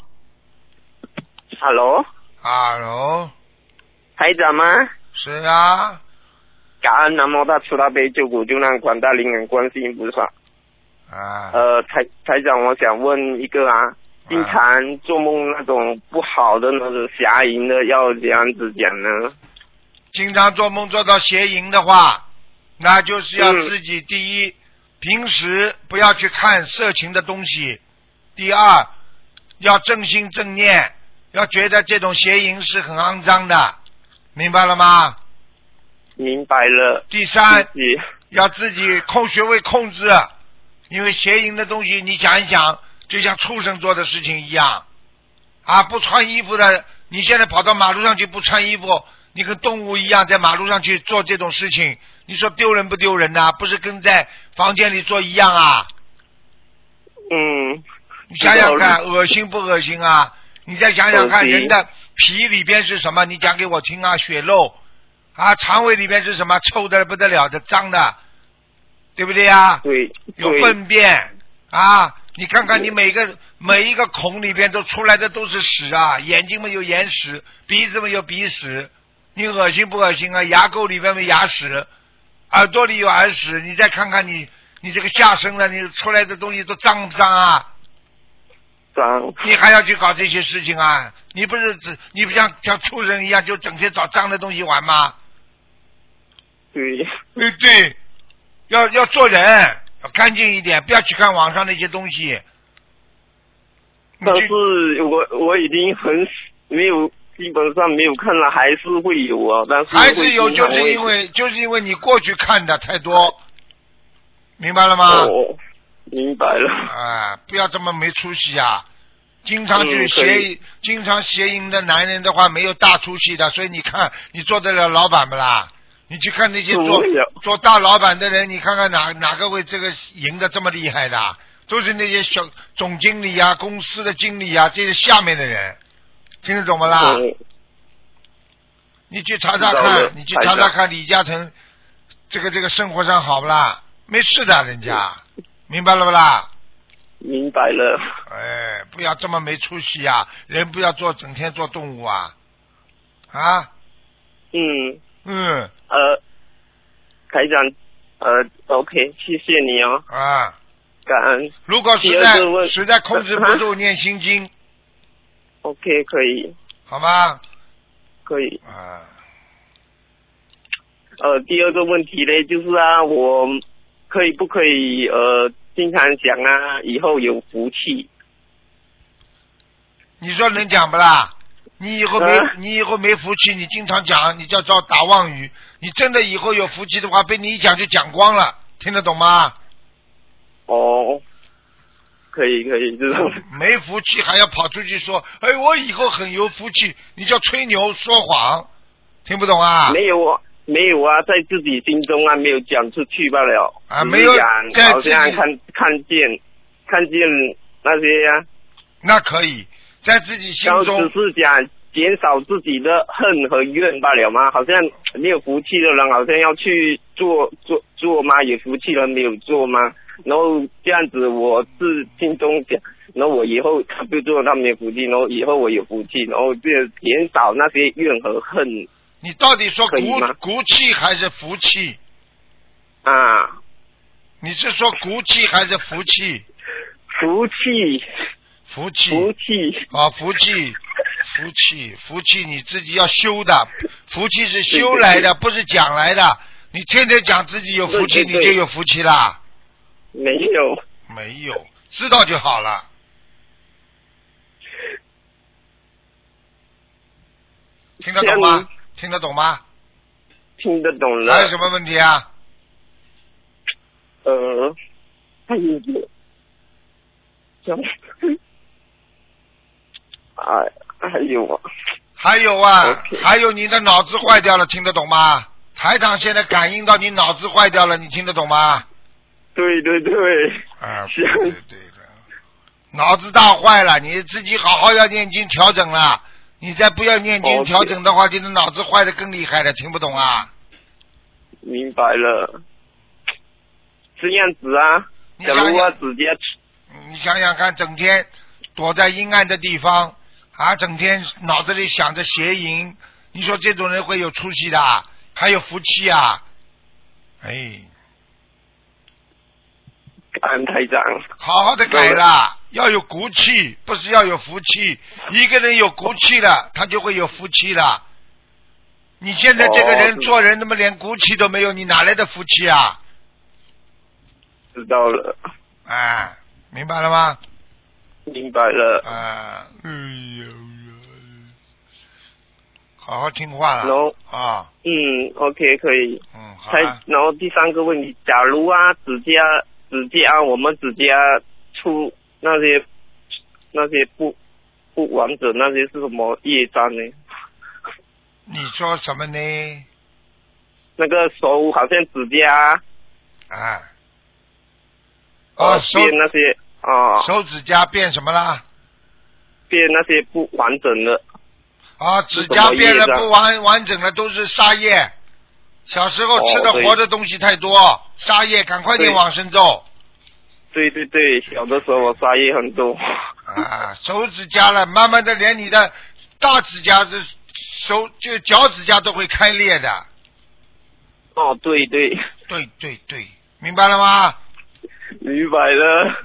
Hello。台长吗？ 是啊。 感恩南无大慈大悲救苦救难广大灵感观世音菩萨。台长，我想问一个经常做梦那种不好的那种邪淫的，要这样子讲呢？ 经常做梦做到邪淫的话，那就是要自己第一，平时不要去看色情的东西；第二，要正心正念，要觉得这种邪淫是很肮脏的，明白了吗？ 明白了。 第三，要自己学会控制，因为邪淫的东西，你想一想，就像畜生做的事情一样不穿衣服的，你现在跑到马路上去不穿衣服，你跟动物一样在马路上去做这种事情，你说丢人不丢人啊？不是跟在房间里做一样啊？你想想看，恶心不恶心啊？你再想想看，人的皮里边是什么？你讲给我听啊，血肉肠胃里边是什么？臭的不得了的，脏的，对不对啊？ 对。 有粪便你看看你每一个孔里边都出来的都是屎眼睛嘛有眼屎，鼻子嘛有鼻屎，你恶心不恶心啊？牙沟里边有牙屎，耳朵里有耳屎，你再看看你这个下身了，你出来的东西都脏不脏啊？ 脏。 你还要去搞这些事情啊？你不像畜生一样就整天找脏的东西玩吗？对，要做人，要干净一点，不要去看网上那些东西。 但是我已经没有基本上没有看了，还是会有啊，但是还是有，就是因为你过去看的太多，明白了吗？ 哦，明白了。 啊，不要这么没出息啊！经常邪淫的男人的话，没有大出息的，所以你看，你做得了老板不啦？你去看那些做大老板的人，你看看哪个会这个赢得这么厉害的？都是那些小总经理啊、公司的经理啊，这些下面的人，听得懂吗啦？你去查查看，李嘉诚这个生活上好不啦？没事的，人家明白了不啦？ 明白了。 哎，不要这么没出息啊！人不要整天做动物啊！啊？ 台长，OK， 谢谢你哦。 啊。 感恩。 如果实在控制不住，念心经。 OK， 可以。 好吗？ 可以。第二个问题呢，就是我不可以经常讲以后有福气？ 你说能讲不啦？你以后没福气，你经常讲，你叫打妄语。你真的以后有福气的话，被你一讲就讲光了，听得懂吗？ 哦，可以，知道了。 没福气还要跑出去说，哎，我以后很有福气，你叫吹牛说谎，听不懂啊？ 没有啊，在自己心中没有讲出去罢了。 没有讲，好像看见那些那可以在自己心中。 只是讲减少自己的恨和怨罢了吗？好像没有福气的人，好像要去做吗？有福气的人没有做吗？然后这样子，我是心中讲，然后我以后他不做，他没有福气，然后以后我有福气，然后这减少那些怨和恨。 你到底说骨气还是福气？你是说骨气还是福气？ 福气。 福气，你自己要修的。福气是修来的，不是讲来的。你天天讲自己有福气，你就有福气啦。 没有， 知道就好了。听得懂吗？听得懂吗？ 听得懂了。 还有什么问题啊？还有还有你的脑子坏掉了，听得懂吗？台长现在感应到你脑子坏掉了，你听得懂吗？ 对。对的。 脑子大坏了，你自己好好要念经调整了。你再不要念经调整的话，你的脑子坏的更厉害了，听不懂啊？ 明白了。这样子假如我直接， 你想想看，整天躲在阴暗的地方整天脑子里想着邪淫，你说这种人会有出息的，还有福气啊？ 感恩台长， 好好的改了，要有骨气，不是要有福气。一个人有骨气了，他就会有福气了。你现在这个人做人，那么连骨气都没有，你哪来的福气啊？ 知道了。 明白了吗？ 明白了。 好好听话了。 OK， 可以。好。然后第三个问题，假如指甲我们指甲出那些不完整，那些是什么业障呢？ 你说什么呢？ 那个手好像指甲变那些手指甲变什么啦？ 变那些不完整的。 指甲变了不完整的都是杀业。小时候吃的活的东西太多，杀业，赶快点往生咒。 对，小的时候我杀业很多。 手指甲了，慢慢的连你的大指甲的就脚指甲都会开裂的。 对， 明白了吗？ 明白了。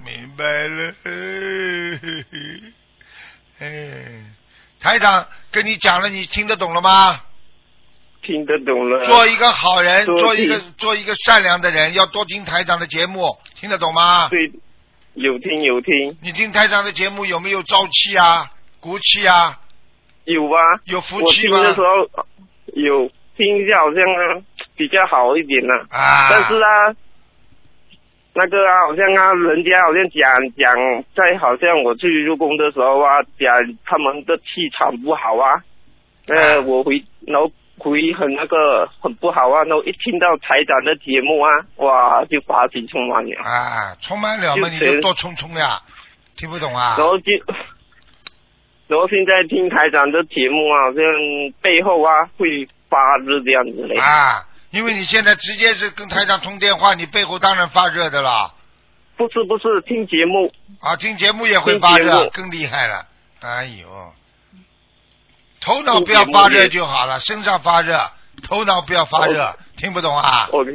台长跟你讲了，你听得懂了吗？ 听得懂了。 做一个好人，做一个善良的人，要多听台长的节目，听得懂吗？ 对，有听。 你听台长的节目有没有朝气啊、骨气啊？ 有啊， 有福气吗？ 我听的时候有听一下，好像比较好一点呢。但是那个好像人家好像讲在好像我去入宫的时候讲他们的气场不好我然后回很不好然后一听到台长的节目哇，就法喜充满了充满了嘛，你就多冲呀，听不懂啊？ 然后现在听台长的节目好像背后会发热这样子嘞因为你现在直接是跟台长通电话，你背后当然发热的了。 不是，听节目听节目也会发热，更厉害了。哎呦，头脑不要发热就好了，身上发热，头脑不要发热，听不懂啊 ？OK，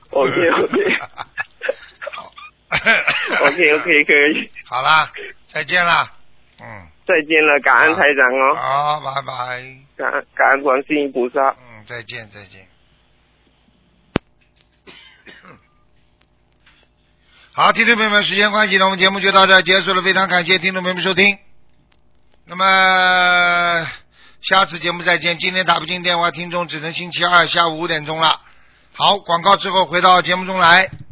可以。 好啦，再见啦。 再见了，感恩台长好，拜拜。 感恩观世音菩萨。 再见。好，听众朋友们，时间关系呢，我们节目就到这结束了，非常感谢听众朋友们收听。那么下次节目再见，今天打不进电话，听众只能星期二下午5点钟了。好，广告之后回到节目中来。